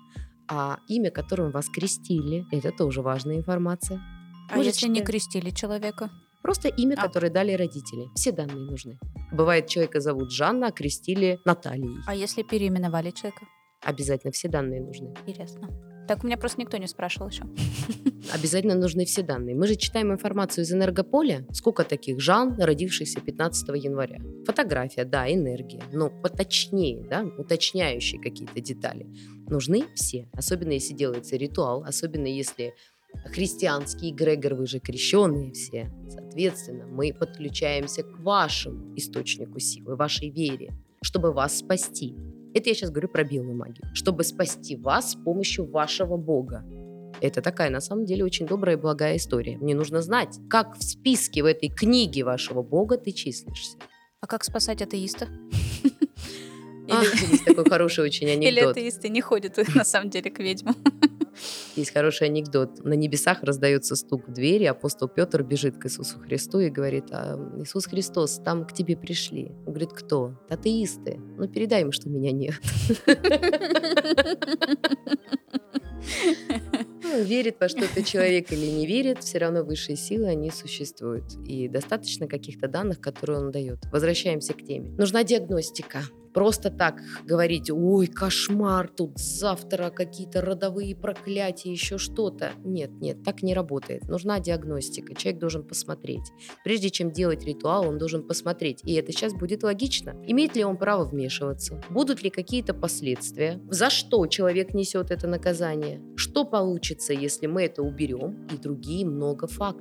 а имя, которым вас крестили. Это тоже важная информация. А Мы если читаем... не крестили человека? Просто имя, а. которое дали родители. Все данные нужны. Бывает, человека зовут Жанна, а крестили Натальей. А если переименовали человека? Обязательно все данные нужны. Интересно. Так у меня просто никто не спрашивал еще. Обязательно нужны все данные. Мы же читаем информацию из энергополя. Сколько таких Жан, родившихся пятнадцатого января? Фотография, да, энергия. Но поточнее, да, уточняющие какие-то детали. Нужны все. Особенно если делается ритуал. Особенно если христианский эгрегор, вы же крещенные все. Соответственно, мы подключаемся к вашему источнику силы, вашей вере, чтобы вас спасти. Это я сейчас говорю про белую магию. Чтобы спасти вас с помощью вашего бога. Это такая, на самом деле, очень добрая и благая история. Мне нужно знать, как в списке в этой книге вашего бога ты числишься. А как спасать атеиста? А, есть такой хороший очень анекдот. Или атеисты не ходят, на самом деле, к ведьмам? Есть хороший анекдот. На небесах раздается стук в двери, апостол Петр бежит к Иисусу Христу и говорит: а, Иисус Христос, там к тебе пришли. Он говорит: кто? Атеисты. Ну, передай им, что меня нет. Верит во что-то человек или не верит, все равно высшие силы, они существуют. И достаточно каких-то данных, которые он дает. Возвращаемся к теме. Нужна диагностика. Просто так говорить: ой, кошмар, тут завтра какие-то родовые проклятия, еще что-то. Нет, нет, так не работает. Нужна диагностика. Человек должен посмотреть. Прежде чем делать ритуал, он должен посмотреть. И это сейчас будет логично. Имеет ли он право вмешиваться? Будут ли какие-то последствия? За что человек несет это наказание? Что получится, если мы это уберем? И другие много факторов.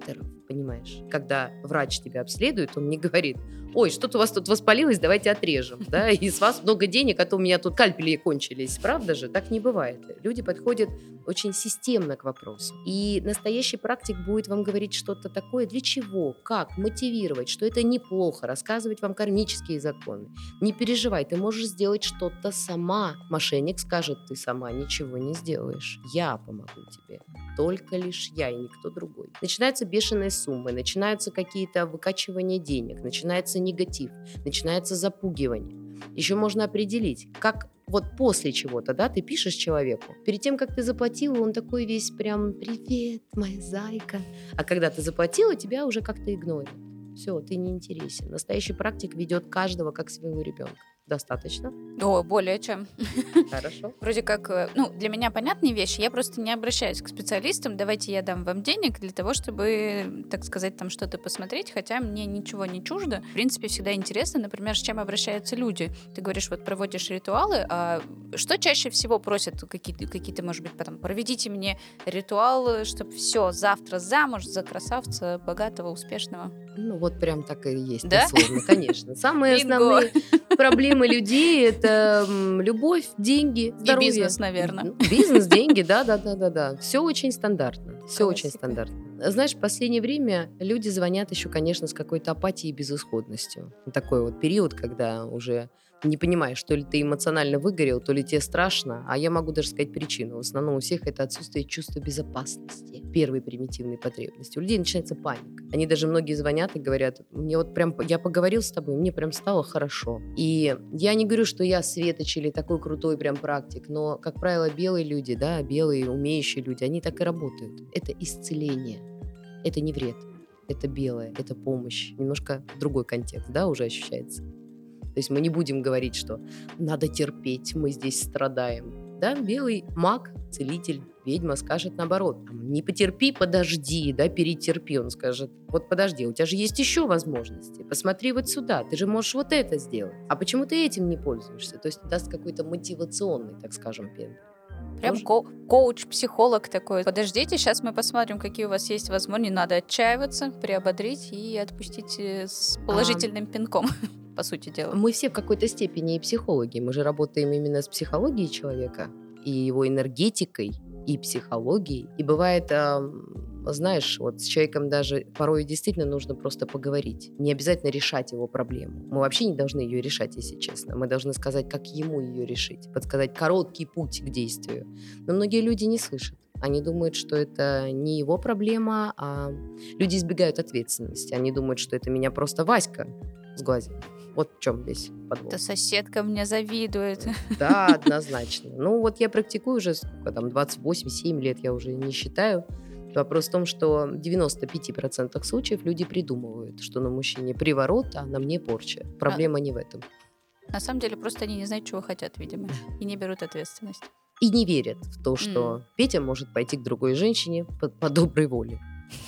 понимаешь? Когда врач тебя обследует, он не говорит: ой, что-то у вас тут воспалилось, давайте отрежем, да, и с вас много денег, а то у меня тут кальпели кончились. Правда же? Так не бывает. Люди подходят очень системно к вопросу. И настоящий практик будет вам говорить что-то такое, для чего, как, мотивировать, что это неплохо, рассказывать вам кармические законы. Не переживай, ты можешь сделать что-то сама. Мошенник скажет: ты сама ничего не сделаешь. Я помогу тебе. Только лишь я и никто другой. Начинаются бешеные суммы, начинаются какие-то выкачивания денег, начинается негатив, начинается запугивание. Еще можно определить, как вот после чего-то, да, ты пишешь человеку, перед тем, как ты заплатила, он такой весь прям: привет, моя зайка. А когда ты заплатила, тебя уже как-то игнорят. Все, ты не интересен. Настоящий практик ведет каждого как своего ребенка. Достаточно? О, более чем. Хорошо. Вроде как, э, ну, для меня понятные вещи, я просто не обращаюсь к специалистам, давайте я дам вам денег для того, чтобы, так сказать, там что-то посмотреть, хотя мне ничего не чуждо. В принципе, всегда интересно, например, с чем обращаются люди. Ты говоришь, вот проводишь ритуалы, а что чаще всего просят какие-то, какие-то, может быть, потом, проведите мне ритуал, чтобы все, завтра замуж за красавца, богатого, успешного. Ну, вот прям так и есть, Да? дословно, конечно. Самые Бинго. основные проблемы людей — это м, любовь, деньги, здоровье. И бизнес, наверное. Ну, бизнес, деньги, да-да-да-да-да. Все очень стандартно. Все очень Классика. стандартно. Знаешь, в последнее время люди звонят еще, конечно, с какой-то апатией и безысходностью. Такой вот период, когда уже не понимаешь, то ли ты эмоционально выгорел, то ли тебе страшно. А я могу даже сказать причину. В основном у всех это отсутствие чувства безопасности. Первой примитивной потребности. У людей начинается паника. Они даже многие звонят и говорят: мне вот прям, я поговорил с тобой, мне прям стало хорошо. И я не говорю, что я светоч или такой крутой прям практик, но, как правило, белые люди, да, белые умеющие люди, они так и работают. Это исцеление. Это не вред. Это белое, это помощь. Немножко другой контекст, да, уже ощущается. То есть мы не будем говорить, что надо терпеть, мы здесь страдаем. Да, белый маг, целитель, ведьма скажет наоборот: не потерпи, подожди, да, перетерпи. Он скажет: вот подожди, у тебя же есть еще возможности, посмотри вот сюда, ты же можешь вот это сделать. А почему ты этим не пользуешься? То есть даст какой-то мотивационный, так скажем, пен. Прям Тоже? ко- коуч, психолог такой. Подождите, сейчас мы посмотрим, какие у вас есть возможности. Не надо отчаиваться, приободрить и отпустить э, с положительным пинком, по сути дела. Мы все в какой-то степени и психологи. Мы же работаем именно с психологией человека, и его энергетикой, и психологией. И бывает, эм, знаешь, вот с человеком даже порой действительно нужно просто поговорить. Не обязательно решать его проблему. Мы вообще не должны ее решать, если честно. Мы должны сказать, как ему ее решить, подсказать короткий путь к действию. Но многие люди не слышат. Они думают, что это не его проблема, а люди избегают ответственности. Они думают, что это меня просто Васька сглазил. Вот в чем весь подвох. Да соседка мне завидует. Да, однозначно. Ну вот я практикую уже сколько там, двадцать восемь семь лет, я уже не считаю. Вопрос в том, что в девяноста пяти процентах случаев люди придумывают, что на мужчине приворот, а на мне порча. Проблема не в этом. На самом деле просто они не знают, чего хотят, видимо, и не берут ответственность. И не верят в то, что Петя может пойти к другой женщине по, по доброй воле.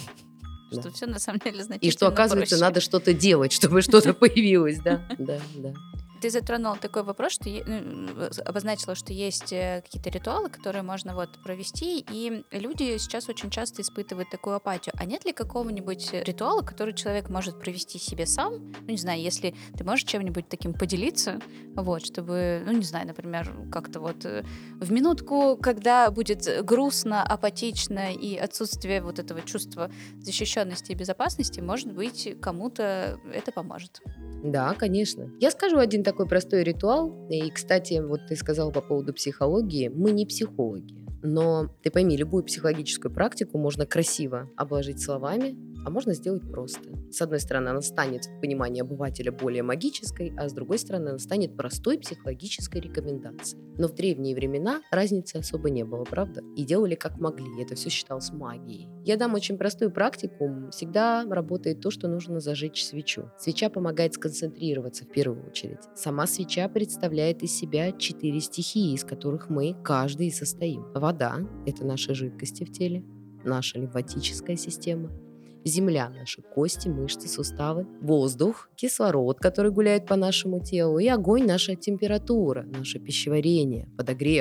Что Да. все на самом деле значительно И что, оказывается, проще. надо что-то делать, чтобы что-то появилось, да? Да, да. Ты затронул такой вопрос, что е- ну, обозначила, что есть э, какие-то ритуалы, которые можно вот провести, и люди сейчас очень часто испытывают такую апатию. А нет ли какого-нибудь ритуала, который человек может провести себе сам? Ну, не знаю, если ты можешь чем-нибудь таким поделиться, вот, чтобы, ну, не знаю, например, как-то вот э, в минутку, когда будет грустно, апатично и отсутствие вот этого чувства защищенности и безопасности, может быть, кому-то это поможет. Да, конечно. Я скажу один такой простой ритуал. И, кстати, вот ты сказал по поводу психологии. Мы не психологи. Но ты пойми, любую психологическую практику можно красиво обложить словами, а можно сделать просто. С одной стороны, она станет в понимании обывателя более магической, а с другой стороны, она станет простой психологической рекомендацией. Но в древние времена разницы особо не было, правда? И делали как могли. Это все считалось магией. Я дам очень простую практику. Всегда работает то, что нужно зажечь свечу. Свеча помогает сконцентрироваться в первую очередь. Сама свеча представляет из себя четыре стихии, из которых мы каждый и состоим. Вода – это наши жидкости в теле, наша лимфатическая система. Земля – наши кости, мышцы, суставы. Воздух – кислород, который гуляет по нашему телу. И огонь – наша температура, наше пищеварение, подогрев.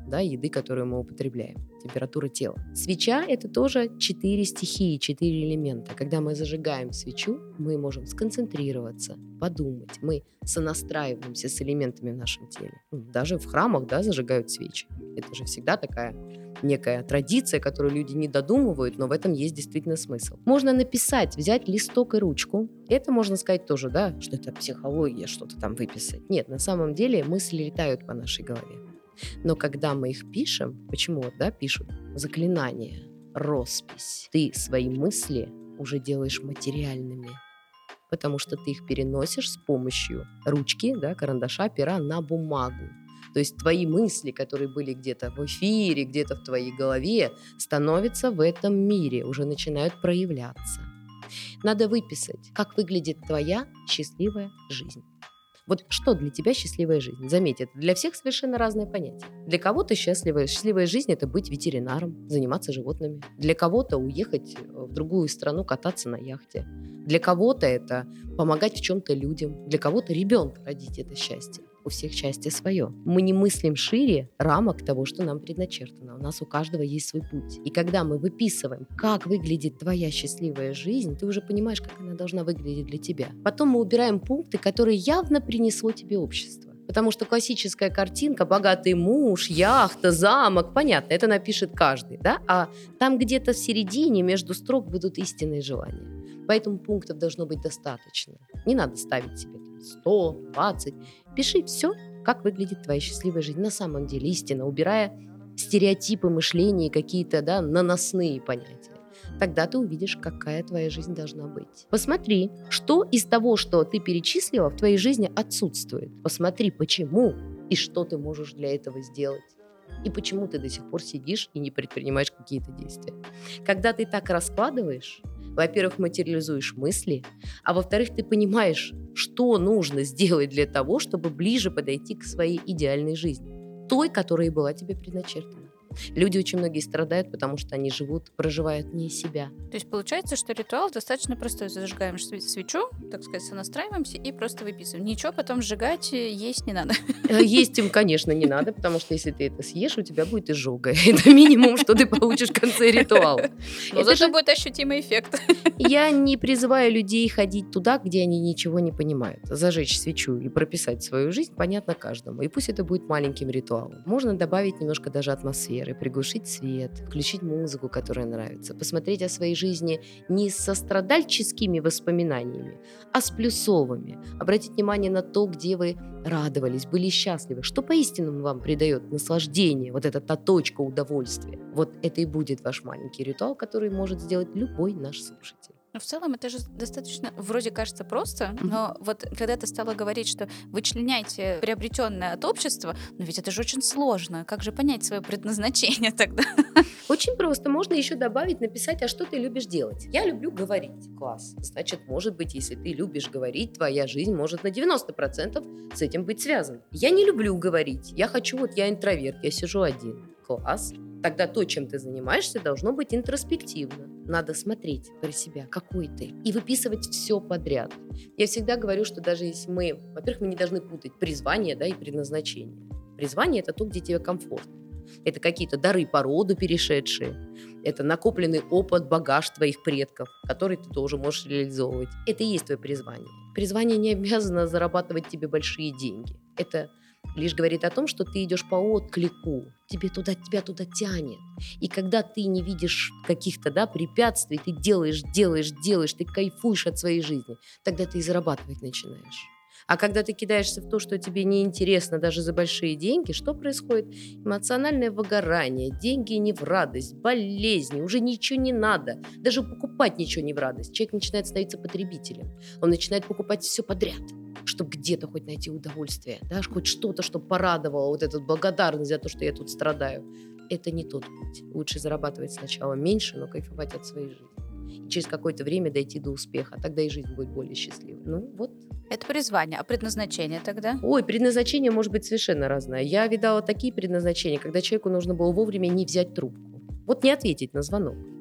да, еды, которую мы употребляем, температура тела. Свеча – это тоже четыре стихии, четыре элемента. Когда мы зажигаем свечу, мы можем сконцентрироваться, подумать, мы сонастраиваемся с элементами в нашем теле. Даже в храмах, да, зажигают свечи. Это же всегда такая некая традиция, которую люди не додумывают, но в этом есть действительно смысл. Можно написать, взять листок и ручку. Это можно сказать тоже, да, что это психология, что-то там выписать. Нет, на самом деле мысли летают по нашей голове. Но когда мы их пишем, почему вот, да, пишут заклинания, роспись, ты свои мысли уже делаешь материальными, потому что ты их переносишь с помощью ручки, да, карандаша, пера на бумагу. То есть твои мысли, которые были где-то в эфире, где-то в твоей голове, становятся в этом мире, уже начинают проявляться. Надо выписать, как выглядит твоя счастливая жизнь. Вот что для тебя счастливая жизнь? Заметь, это для всех совершенно разное понятие. Для кого-то счастливая, счастливая жизнь – это быть ветеринаром, заниматься животными. Для кого-то уехать в другую страну, кататься на яхте. Для кого-то это помогать в чем-то людям. Для кого-то ребенка родить – это счастье. У всех счастье свое. Мы не мыслим шире рамок того, что нам предначертано. У нас у каждого есть свой путь. И когда мы выписываем, как выглядит твоя счастливая жизнь, ты уже понимаешь, как она должна выглядеть для тебя. Потом мы убираем пункты, которые явно принесло тебе общество. Потому что классическая картинка «богатый муж», яхта, замок, понятно, это напишет каждый, да? А там где-то в середине между строк будут истинные желания. Поэтому пунктов должно быть достаточно. Не надо ставить себе сто, двадцать. Пиши все, как выглядит твоя счастливая жизнь. На самом деле, истинно, убирая стереотипы мышления и какие-то, да, наносные понятия. Тогда ты увидишь, какая твоя жизнь должна быть. Посмотри, что из того, что ты перечислила, в твоей жизни отсутствует. Посмотри, почему и что ты можешь для этого сделать. И почему ты до сих пор сидишь и не предпринимаешь какие-то действия. Когда ты так раскладываешь, во-первых, материализуешь мысли, а во-вторых, ты понимаешь, что нужно сделать для того, чтобы ближе подойти к своей идеальной жизни, той, которая была тебе предначертана. Люди очень многие страдают, потому что они живут, проживают не себя. То есть получается, что ритуал достаточно простой. Зажигаем свечу, так сказать, сонастраиваемся и просто выписываем. Ничего потом сжигать, есть не надо. Есть им, конечно, не надо, потому что если ты это съешь, у тебя будет изжога. Это минимум, что ты получишь в конце ритуала. Но зато будет ощутимый эффект. Я не призываю людей ходить туда, где они ничего не понимают. Зажечь свечу и прописать свою жизнь понятно каждому. И пусть это будет маленьким ритуалом. Можно добавить немножко даже атмосферы, приглушить свет, включить музыку, которая нравится, посмотреть о своей жизни не со страдальческими воспоминаниями, а с плюсовыми. Обратить внимание на то, где вы радовались, были счастливы, что поистине вам придает наслаждение, вот эта та точка удовольствия. Вот это и будет ваш маленький ритуал, который может сделать любой наш слушатель. Но в целом это же достаточно, вроде кажется просто, но вот когда ты стала говорить, что вычленяйте приобретенное от общества, но ведь это же очень сложно. Как же понять свое предназначение тогда? Очень просто. Можно еще добавить, написать, а что ты любишь делать. Я люблю говорить. Класс. Значит, может быть, если ты любишь говорить, твоя жизнь может на девяносто процентов с этим быть связана. Я не люблю говорить. Я хочу, вот я интроверт, я сижу один. Класс. Тогда то, чем ты занимаешься, должно быть интроспективно. Надо смотреть про себя, какой ты, и выписывать все подряд. Я всегда говорю, что даже если мы, во-первых, мы не должны путать призвание, да, и предназначение. Призвание – это то, где тебе комфортно. Это какие-то дары по роду перешедшие. Это накопленный опыт, багаж твоих предков, который ты тоже можешь реализовывать. Это и есть твое призвание. Призвание не обязано зарабатывать тебе большие деньги. Это лишь говорит о том, что ты идешь по отклику, тебе туда, тебя туда тянет. И когда ты не видишь каких-то, да, препятствий, ты делаешь, делаешь, делаешь, ты кайфуешь от своей жизни, тогда ты и зарабатывать начинаешь. А когда ты кидаешься в то, что тебе неинтересно даже за большие деньги, что происходит? Эмоциональное выгорание, деньги не в радость, болезни, уже ничего не надо. Даже покупать ничего не в радость. Человек начинает становиться потребителем. Он начинает покупать все подряд, чтобы где-то хоть найти удовольствие, да, хоть что-то, чтобы порадовало, вот эту благодарность за то, что я тут страдаю. Это не тот путь. Лучше зарабатывать сначала меньше, но кайфовать от своей жизни. И через какое-то время дойти до успеха. Тогда и жизнь будет более счастливой. Ну, вот. Это призвание. А предназначение тогда? Ой, предназначение может быть совершенно разное. Я видала такие предназначения, когда человеку нужно было вовремя не взять трубку. Вот не ответить на звонок.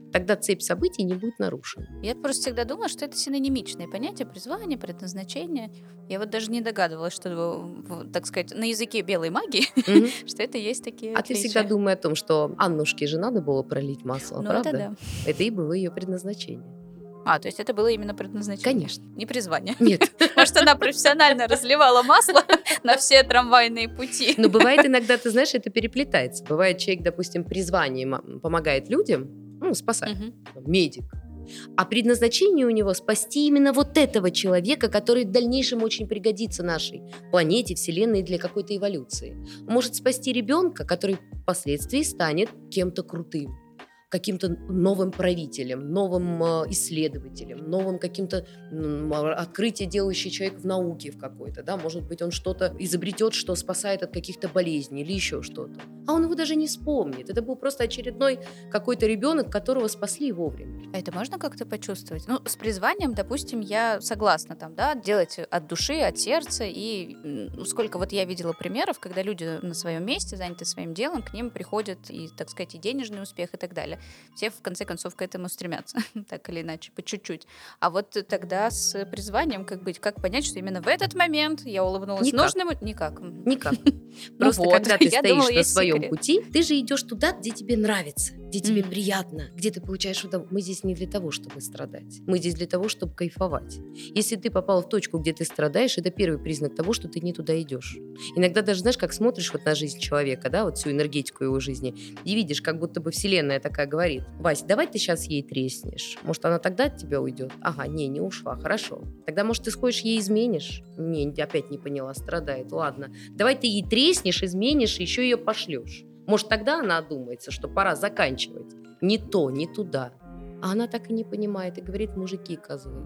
Тогда цепь событий не будет нарушена. Я просто всегда думала, что это синонимичное понятие призвание, предназначение. Я вот даже не догадывалась, что, так сказать, на языке белой магии, Мгм. что это есть такие А ты отличия. всегда думай о том, что Аннушке же надо было пролить масло, Ну, правда? это да. Это и было ее предназначение. А, то есть это было именно предназначение? Конечно. Не призвание. Нет. Может, она профессионально разливала масло на все трамвайные пути. Но бывает иногда, ты знаешь, это переплетается. Бывает, человек, допустим, призванием м, помогает людям, ну, спасает, Мгм. там, медик. А предназначение у него спасти именно вот этого человека, который в дальнейшем очень пригодится нашей планете, Вселенной для какой-то эволюции. Может спасти ребенка, который впоследствии станет кем-то крутым, каким-то новым правителем, новым э, исследователем, новым каким-то м, а, открытие делающий человек в науке в какой-то, да, может быть, он что-то изобретет, что спасает от каких-то болезней или еще что-то. А он его даже не вспомнит. Это был просто очередной какой-то ребенок, которого спасли вовремя. А это можно как-то почувствовать? Ну, с призванием, допустим, я согласна там, да, делать от души, от сердца. И м, ну, сколько вот я видела примеров, когда люди на своем месте, заняты своим делом, к ним приходит и, так сказать, и денежный успех и так далее. Все, в конце концов, к этому стремятся, так или иначе, по чуть-чуть. А вот тогда с призванием как быть? Как понять, что именно в этот момент я улыбнулась Никак. нужному? Никак. Никак. Просто вот, когда ты я стоишь думала, на есть своем секрет. пути, ты же идешь туда, где тебе нравится, где тебе Мгм. приятно, где ты получаешь удовольствие. Мы здесь не для того, чтобы страдать. Мы здесь для того, чтобы кайфовать. Если ты попал в точку, где ты страдаешь, это первый признак того, что ты не туда идешь. Иногда даже, знаешь, как смотришь вот на жизнь человека, да, вот всю энергетику его жизни, и видишь, как будто бы вселенная такая говорит: Вась, давай ты сейчас ей треснешь. Может, она тогда от тебя уйдет? Ага, не, не ушла, хорошо. Тогда, может, ты сходишь, ей изменишь? Не, опять не поняла, страдает. Ладно. Давай ты ей треснешь, изменишь, и еще ее пошлешь. Может, тогда она одумается, что пора заканчивать. Не то, не туда. А она так и не понимает и говорит: мужики козлы.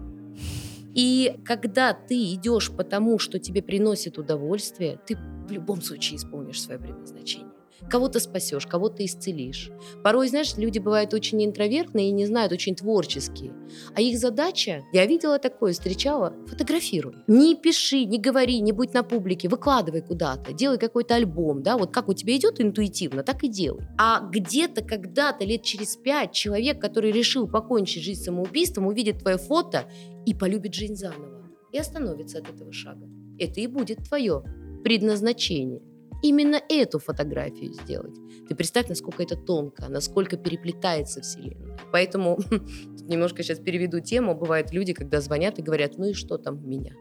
И когда ты идешь по тому, что тебе приносит удовольствие, ты в любом случае исполнишь свое предназначение. Кого-то спасешь, кого-то исцелишь. Порой, знаешь, люди бывают очень интровертные и не знают, очень творческие. А их задача, я видела такое, встречала, фотографируй. Не пиши, не говори, не будь на публике, выкладывай куда-то, делай какой-то альбом, да, вот как у тебя идет интуитивно, так и делай. А где-то, когда-то, лет через пять, человек, который решил покончить жизнь самоубийством, увидит твое фото и полюбит жизнь заново. И остановится от этого шага. Это и будет твое предназначение. Именно эту фотографию сделать. Ты представь, насколько это тонко, насколько переплетается Вселенная. Поэтому тут немножко сейчас переведу тему. Бывают люди, когда звонят и говорят: ну и что там у меня?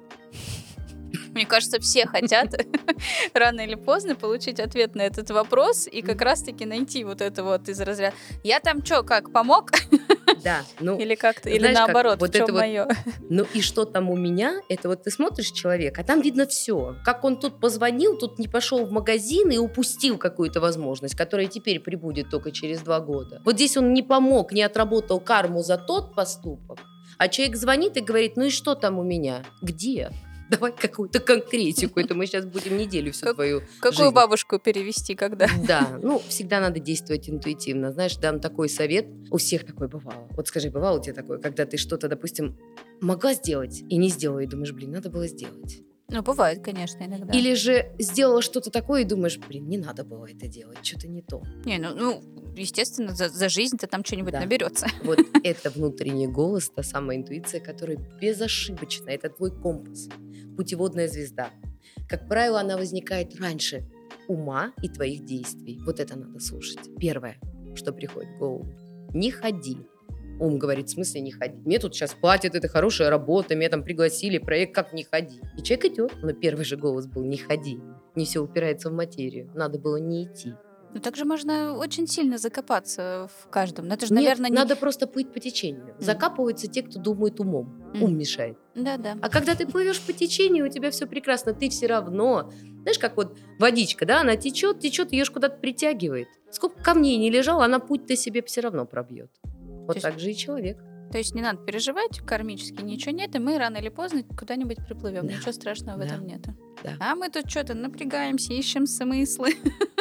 Мне кажется, все хотят рано или поздно получить ответ на этот вопрос и как раз-таки найти вот это вот из разряда «я там что, как, помог?» Да, ну, Или как-то, или знаешь, как, наоборот, вот в чем это вот, мое? ну и что там у меня? Это вот ты смотришь человека, а там видно все. Как он тут позвонил, тут не пошел в магазин и упустил какую-то возможность, которая теперь прибудет только через два года. Вот здесь он не помог, не отработал карму за тот поступок, а человек звонит и говорит: ну и что там у меня? Где? Давай какую-то конкретику, это мы сейчас будем неделю всю Как- твою Какую жизнь. бабушку перевести, когда? Да, ну, всегда надо действовать интуитивно. Знаешь, дам такой совет. У всех такое бывало. Вот скажи, бывало у тебя такое, когда ты что-то, допустим, могла сделать и не сделала, и думаешь: блин, надо было сделать. Ну, бывает, конечно, иногда. Или же сделала что-то такое и думаешь: блин, не надо было это делать, что-то не то. Не, ну, ну, естественно, за, за жизнь-то там что-нибудь Да. наберется. Вот это внутренний голос, та самая интуиция, которая безошибочна. Это твой компас, путеводная звезда. Как правило, она возникает раньше ума и твоих действий. Вот это надо слушать. Первое, что приходит в голову: не ходи. Ум говорит: в смысле не ходи? Мне тут сейчас платят, это хорошая работа, меня там пригласили, проект, как не ходи? И человек идет, но первый же голос был: не ходи. Не все упирается в материю, надо было не идти. Ну, также можно очень сильно закопаться в каждом. Но это же, Нет, наверное, не... надо просто плыть по течению. Мгм. Закапываются те, кто думает умом. Мгм. Ум мешает. Да-да. А когда ты плывешь по течению, у тебя все прекрасно, ты все равно, знаешь, как вот водичка, да, она течет, течет, ее ж куда-то притягивает. Сколько камней не лежало, она путь-то себе все равно пробьет. Вот То есть- так же и человек. То есть не надо переживать, кармически ничего нет, и мы рано или поздно куда-нибудь приплывем. Да. Ничего страшного в Да. этом нет. Да. А мы тут что-то напрягаемся, ищем смыслы.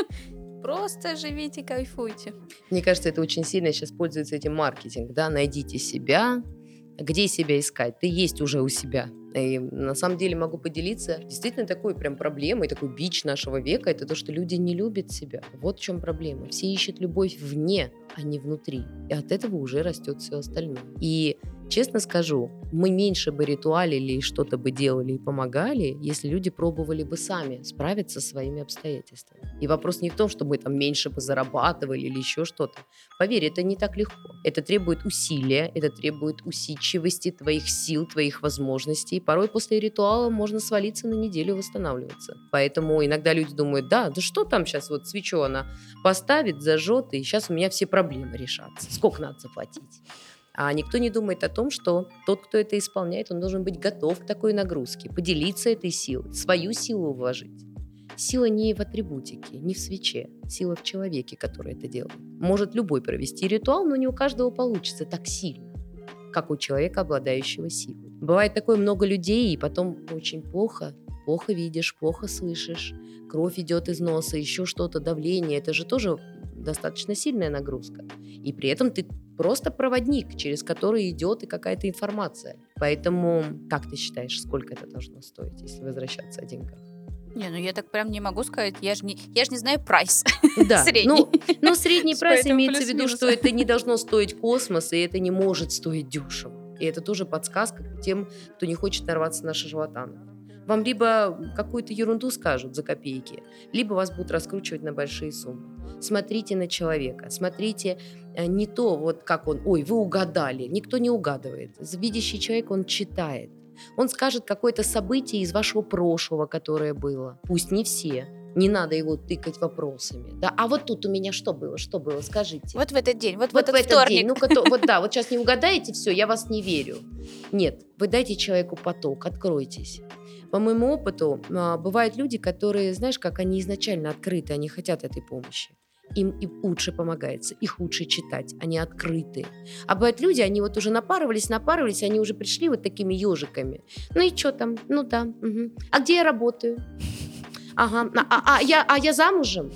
Просто живите, кайфуйте. Мне кажется, это очень сильно сейчас пользуется этим маркетинг, да, найдите себя. Где себя искать? Ты есть уже у себя. И на самом деле могу поделиться действительно такой прям проблемой, такой бич нашего века, это то, что люди не любят себя. Вот в чем проблема. Все ищут любовь вне, а не внутри. И от этого уже растет все остальное. И честно скажу, мы меньше бы ритуалили и что-то бы делали и помогали, если люди пробовали бы сами справиться со своими обстоятельствами. И вопрос не в том, что мы там меньше бы зарабатывали или еще что-то. Поверь, это не так легко. Это требует усилия, это требует усидчивости, твоих сил, твоих возможностей. Порой после ритуала можно свалиться на неделю и восстанавливаться. Поэтому иногда люди думают, да, да что там сейчас, вот свечу она поставит, зажжет, и сейчас у меня все проблемы решатся. Сколько надо заплатить? А никто не думает о том, что тот, кто это исполняет, он должен быть готов к такой нагрузке, поделиться этой силой, свою силу вложить. Сила не в атрибутике, не в свече. Сила в человеке, который это делает. Может любой провести ритуал, но не у каждого получится так сильно, как у человека, обладающего силой. Бывает такое много людей, и потом очень плохо, плохо видишь, плохо слышишь, кровь идет из носа, еще что-то, давление. Это же тоже достаточно сильная нагрузка. И при этом ты просто проводник, через который идет и какая-то информация. Поэтому, как ты считаешь, сколько это должно стоить, если возвращаться о деньгах? Не, ну я так прям не могу сказать, я же не, я ж не знаю прайс. Да, средний. Ну, ну, средний прайс Поэтому имеется в виду, плюс-минус. что это не должно стоить космос, и это не может стоить дешево. И это тоже подсказка к тем, кто не хочет нарваться на шарлатанов. Вам либо какую-то ерунду скажут за копейки, либо вас будут раскручивать на большие суммы. Смотрите на человека, смотрите э, не то, вот как он, ой, вы угадали. Никто не угадывает. Видящий человек, он читает. Он скажет какое-то событие из вашего прошлого, которое было. Пусть не все. Не надо его тыкать вопросами. Да? А вот тут у меня что было? Что было? Скажите. Вот в этот день, вот, Вот в в этот этот вторник. день. Ну-ка, то- вот да, вот сейчас не угадаете, все, я вас не верю. Нет, вы дайте человеку поток, откройтесь. По моему опыту, а, бывают люди, которые, знаешь, как они изначально открыты, они хотят этой помощи. Им и лучше помогается, их лучше читать, они открыты. А бывают люди, они вот уже напарывались, напарывались, они уже пришли вот такими ежиками. Ну и что там? Ну да. Угу. А где я работаю? Ага, а, а, а, я, а я замужем?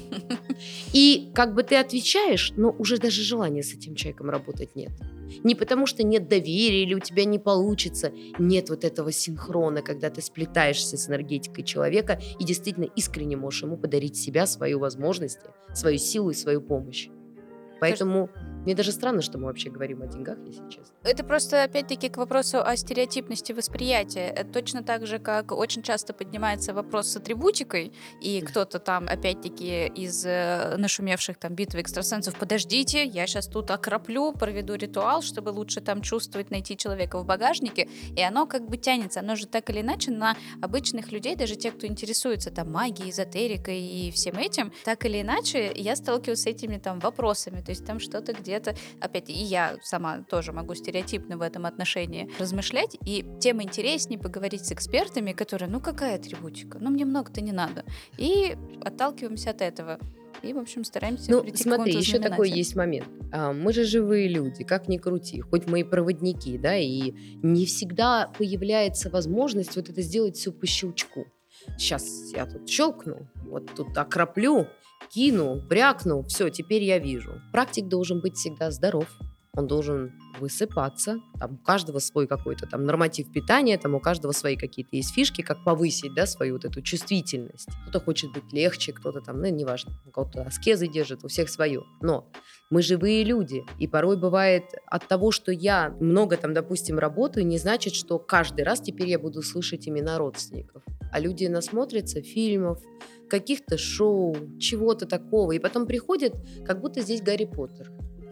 И как бы ты отвечаешь, но уже даже желания с этим человеком работать нет. Не потому, что нет доверия или у тебя не получится. Нет вот этого синхрона, когда ты сплетаешься с энергетикой человека и действительно искренне можешь ему подарить себя, свою возможность, свою силу и свою помощь. Поэтому мне даже странно, что мы вообще говорим о деньгах, если честно. Это просто, опять-таки, к вопросу о стереотипности восприятия. Это точно так же, как очень часто поднимается вопрос с атрибутикой, и кто-то там, опять-таки, из э, нашумевших там битвы экстрасенсов, подождите, я сейчас тут окроплю, проведу ритуал, чтобы лучше там чувствовать, найти человека в багажнике, и оно как бы тянется. Оно же так или иначе на обычных людей, даже те, кто интересуется там магией, эзотерикой и всем этим, так или иначе я сталкиваюсь с этими там вопросами. То есть там что-то где-то, опять, и я сама тоже могу стереотипно в этом отношении размышлять, и тем интереснее поговорить с экспертами, которые, ну какая атрибутика, ну мне много-то не надо, и отталкиваемся от этого. И, в общем, стараемся Ну, прийти к смотри, какому-то еще такой знаменателю. есть момент. А, Мы же живые люди, как ни крути, хоть мы и проводники, да, и не всегда появляется возможность вот это сделать все по щелчку. Сейчас я тут щелкну, вот тут окроплю, кину, брякну, все, теперь я вижу. Практик должен быть всегда здоров, он должен высыпаться, там у каждого свой какой-то там норматив питания, там у каждого свои какие-то есть фишки, как повысить, да, свою вот эту чувствительность. Кто-то хочет быть легче, кто-то там, ну, неважно, у кого-то аскезы держит, у всех свое. Но мы живые люди, и порой бывает от того, что я много там, допустим, работаю, не значит, что каждый раз теперь я буду слышать имена родственников. А люди насмотрятся фильмов, каких-то шоу, чего-то такого, и потом приходят, как будто здесь Гарри Поттер.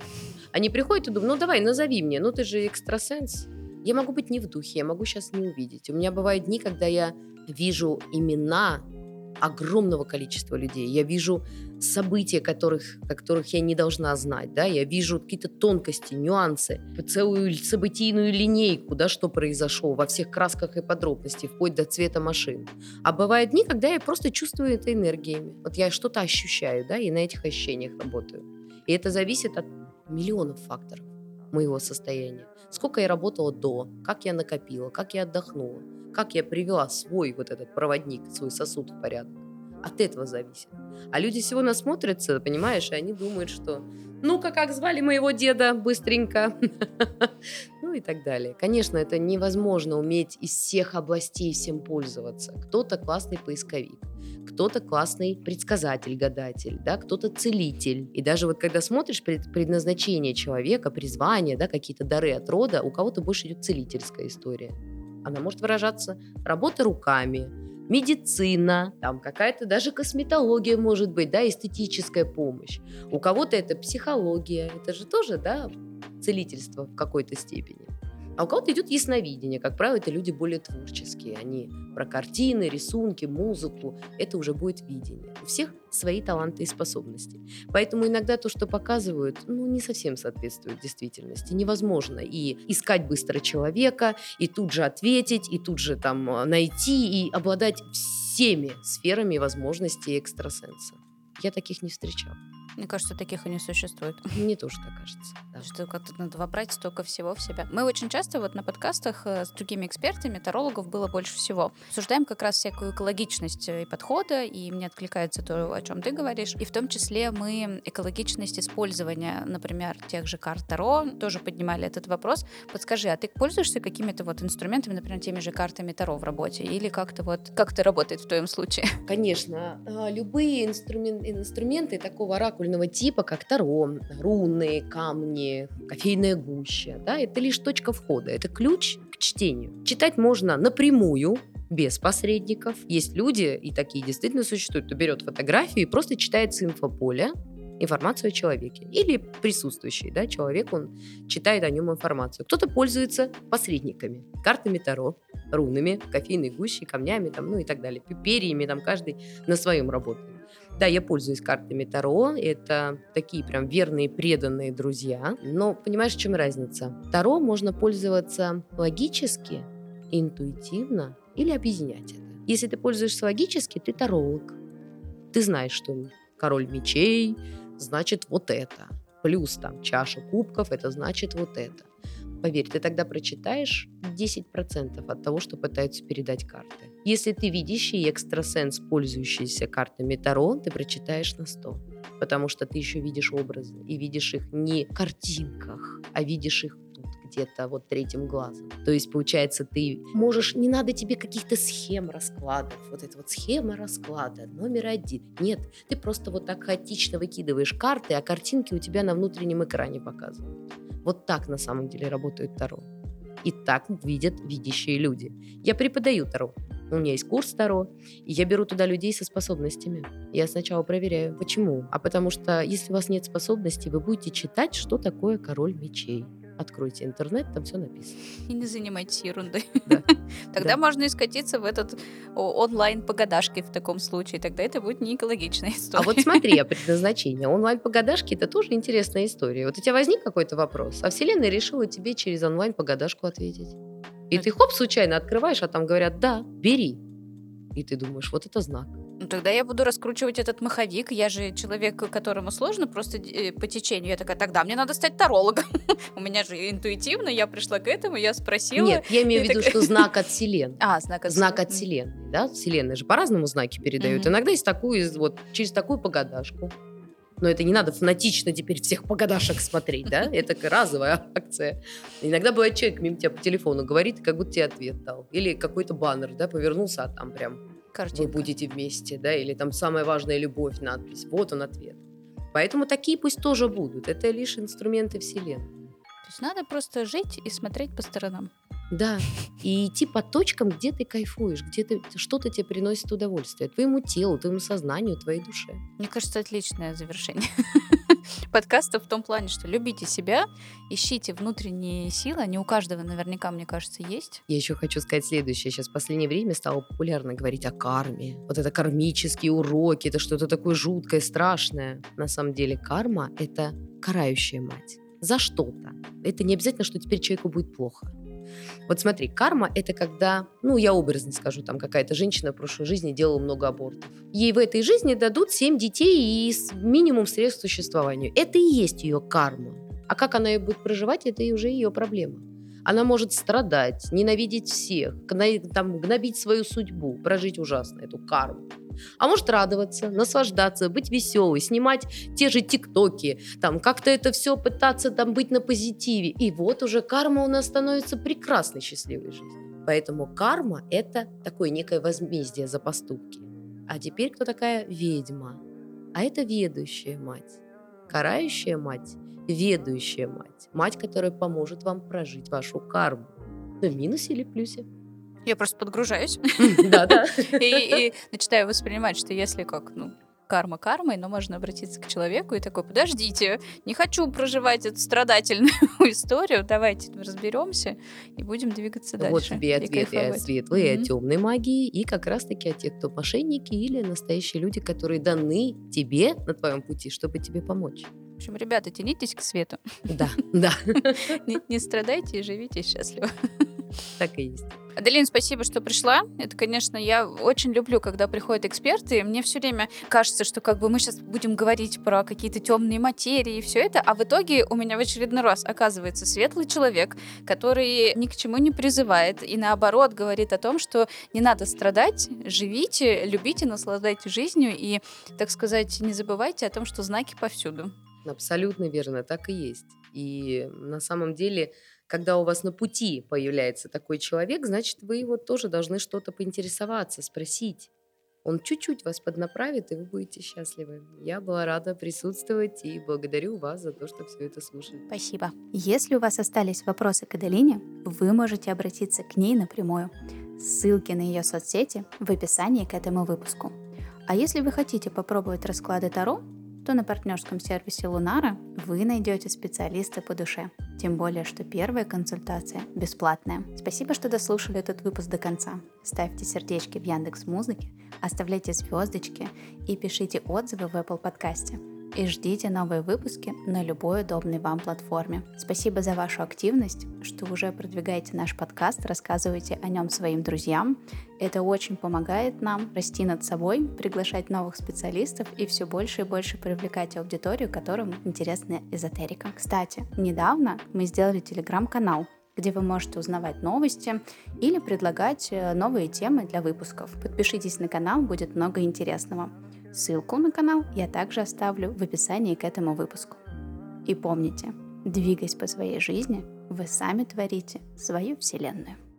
Они приходят и думают, ну давай, назови мне, ну ты же экстрасенс. Я могу быть не в духе, я могу сейчас не увидеть. У меня бывают дни, когда я вижу имена огромного количества людей. Я вижу события, которых, которых я не должна знать. Да? Я вижу какие-то тонкости, нюансы, целую событийную линейку, да, что произошло во всех красках и подробностях, вплоть до цвета машин. А бывают дни, когда я просто чувствую это энергиями. Вот я что-то ощущаю, да, и на этих ощущениях работаю. И это зависит от миллионов факторов моего состояния. Сколько я работала до, как я накопила, как я отдохнула, как я привела свой вот этот проводник, свой сосуд в порядок. От этого зависит. А люди всего насмотрятся, понимаешь, и они думают, что ну-ка, как звали моего деда, быстренько. Ну, ну и так далее. Конечно, это невозможно уметь из всех областей всем пользоваться. Кто-то классный поисковик, кто-то классный предсказатель-гадатель, да, кто-то целитель. И даже вот когда смотришь пред- предназначение человека, призвание, да, какие-то дары от рода, у кого-то больше идет целительская история. Она может выражаться работа руками, медицина, там какая-то даже косметология может быть, да, эстетическая помощь. У кого-то это психология, это же тоже, да, целительство в какой-то степени. А у кого-то идет ясновидение. Как правило, это люди более творческие. Они про картины, рисунки, музыку. Это уже будет видение. У всех свои таланты и способности. Поэтому иногда то, что показывают, ну, не совсем соответствует действительности. Невозможно и искать быстро человека, и тут же ответить, и тут же там найти, и обладать всеми сферами возможностей экстрасенса. Я таких не встречала. Мне кажется, таких и не существует. Мне тоже так кажется. Да. Что как-то надо вобрать столько всего в себя. Мы очень часто вот на подкастах с другими экспертами, тарологов было больше всего, обсуждаем как раз всякую экологичность и подхода, и мне откликается то, о чем ты говоришь. И в том числе мы экологичность использования, например, тех же карт Таро, тоже поднимали этот вопрос. Подскажи, а ты пользуешься какими-то вот инструментами, например, теми же картами Таро в работе? Или как-то вот, как это работает в твоем случае? Конечно. Любые инструмен- инструменты такого оракула типа, как таро, руны, камни, кофейная гуща, да, это лишь точка входа, это ключ к чтению. Читать можно напрямую, без посредников. Есть люди, и такие действительно существуют, кто берет фотографию и просто читает с инфополя информацию о человеке. Или присутствующий, да, человек, он читает о нем информацию. Кто-то пользуется посредниками, картами Таро, рунами, кофейной гущей, камнями, там, ну и так далее, перьями, там каждый на своем работает. Да, я пользуюсь картами Таро, это такие прям верные, преданные друзья. Но понимаешь, в чем разница? Таро можно пользоваться логически, интуитивно или объединять это. Если ты пользуешься логически, ты таролог. Ты знаешь, что король мечей значит вот это. Плюс там чаша кубков, это значит вот это. Поверь, ты тогда прочитаешь десять процентов от того, что пытаются передать карты. Если ты видящий экстрасенс, пользующийся картами Таро, ты прочитаешь на сто. Потому что ты еще видишь образы. И видишь их не в картинках, а видишь их тут где-то вот третьим глазом. То есть, получается, ты можешь... Не надо тебе каких-то схем раскладов. Вот эта вот схема расклада, номер один. Нет, ты просто вот так хаотично выкидываешь карты, а картинки у тебя на внутреннем экране показывают. Вот так на самом деле работают Таро. И так видят видящие люди. Я преподаю Таро. У меня есть курс Таро, и я беру туда людей со способностями. Я сначала проверяю, почему. А потому что, если у вас нет способностей, вы будете читать, что такое король мечей. Откройте интернет, там все написано. И не занимайтесь ерундой. Да. Тогда Да. можно и скатиться в этот онлайн-погадашки в таком случае. Тогда это будет не экологичная история. А вот смотри, а предназначение. Онлайн-погадашки – это тоже интересная история. Вот у тебя возник какой-то вопрос, а Вселенная решила тебе через онлайн-погадашку ответить. И ты хоп, случайно открываешь, а там говорят «да, бери». И ты думаешь, вот это знак. Ну, тогда я буду раскручивать этот маховик. Я же человек, которому сложно просто э, по течению. Я такая, тогда мне надо стать тарологом. У меня же интуитивно, я пришла к этому, я спросила. Нет, я имею в И виду, так- что знак от Вселенной. А, знак от Знак от Вселенной. Вселенной, да? Вселенная же по-разному знаки передают. Мгм. Иногда есть такую, вот, через такую погадашку. Но это не надо фанатично теперь всех погадашек смотреть, да? Это как разовая акция. Иногда бывает, человек мимо тебя по телефону говорит, как будто тебе ответ дал. Или какой-то баннер, да, повернулся, а там прям вы Картинка. будете вместе, да? Или там самая важная любовь, надпись. Вот он ответ. Поэтому такие пусть тоже будут. Это лишь инструменты Вселенной. То есть надо просто жить и смотреть по сторонам. Да, и идти по точкам, где ты кайфуешь, где ты, что-то тебе приносит удовольствие. Твоему телу, твоему сознанию, твоей душе. Мне кажется, отличное завершение подкаста в том плане, что любите себя, ищите внутренние силы. Они у каждого наверняка, мне кажется, есть. Я еще хочу сказать следующее. Сейчас в последнее время стало популярно говорить о карме. Вот это кармические уроки, это что-то такое жуткое, страшное. На самом деле карма – это карающая мать. За что-то. Это не обязательно, что теперь человеку будет плохо. Вот смотри, карма – это когда, ну, я образно скажу, там какая-то женщина в прошлой жизни делала много абортов. Ей в этой жизни дадут семь детей и с- минимум средств к существованию. Это и есть ее карма. А как она ее будет проживать, это и уже ее проблема. Она может страдать, ненавидеть всех, гна- там, гнобить свою судьбу, прожить ужасно эту карму. А может радоваться, наслаждаться, быть веселой, снимать те же тиктоки, там, как-то это все пытаться там быть на позитиве. И вот уже карма у нас становится прекрасной, счастливой жизнью. Поэтому карма – это такое некое возмездие за поступки. А теперь кто такая ведьма? А это ведущая мать. Карающая мать, ведущая мать. Мать, которая поможет вам прожить вашу карму. В минусе или плюсе? Я просто подгружаюсь. Да-да. И, и начинаю воспринимать, что если как, ну, карма кармой, но можно обратиться к человеку и такой, подождите, не хочу проживать эту страдательную историю, давайте разберемся и будем двигаться дальше. Вот тебе ответы от светлой, mm-hmm. от темной магии, и как раз-таки от тех, кто мошенники или настоящие люди, которые даны тебе на твоем пути, чтобы тебе помочь. В общем, ребята, тянитесь к свету. Да, да. Не, не страдайте и живите счастливо. Так и есть. Аделин, спасибо, что пришла. Это, конечно, я очень люблю, когда приходят эксперты. Мне все время кажется, что как бы мы сейчас будем говорить про какие-то темные материи и все это, а в итоге у меня в очередной раз оказывается светлый человек, который ни к чему не призывает и наоборот говорит о том, что не надо страдать, живите, любите, наслаждайтесь жизнью и, так сказать, не забывайте о том, что знаки повсюду. Абсолютно верно, так и есть. И на самом деле, когда у вас на пути появляется такой человек, значит, вы его тоже должны что-то поинтересоваться, спросить. Он чуть-чуть вас поднаправит, и вы будете счастливы. Я была рада присутствовать и благодарю вас за то, что все это слушали. Спасибо. Если у вас остались вопросы к Аделине, вы можете обратиться к ней напрямую. Ссылки на ее соцсети в описании к этому выпуску. А если вы хотите попробовать расклады Таро, то на партнерском сервисе Лунара вы найдете специалиста по душе. Тем более, что первая консультация бесплатная. Спасибо, что дослушали этот выпуск до конца. Ставьте сердечки в Яндекс.Музыке, оставляйте звездочки и пишите отзывы в Apple подкасте. И ждите новые выпуски на любой удобной вам платформе. Спасибо за вашу активность, что уже продвигаете наш подкаст, рассказываете о нем своим друзьям. Это очень помогает нам расти над собой, приглашать новых специалистов и все больше и больше привлекать аудиторию, которым интересна эзотерика. Кстати, недавно мы сделали телеграм-канал, где вы можете узнавать новости или предлагать новые темы для выпусков. Подпишитесь на канал, будет много интересного. Ссылку на канал я также оставлю в описании к этому выпуску. И помните, двигаясь по своей жизни, вы сами творите свою вселенную.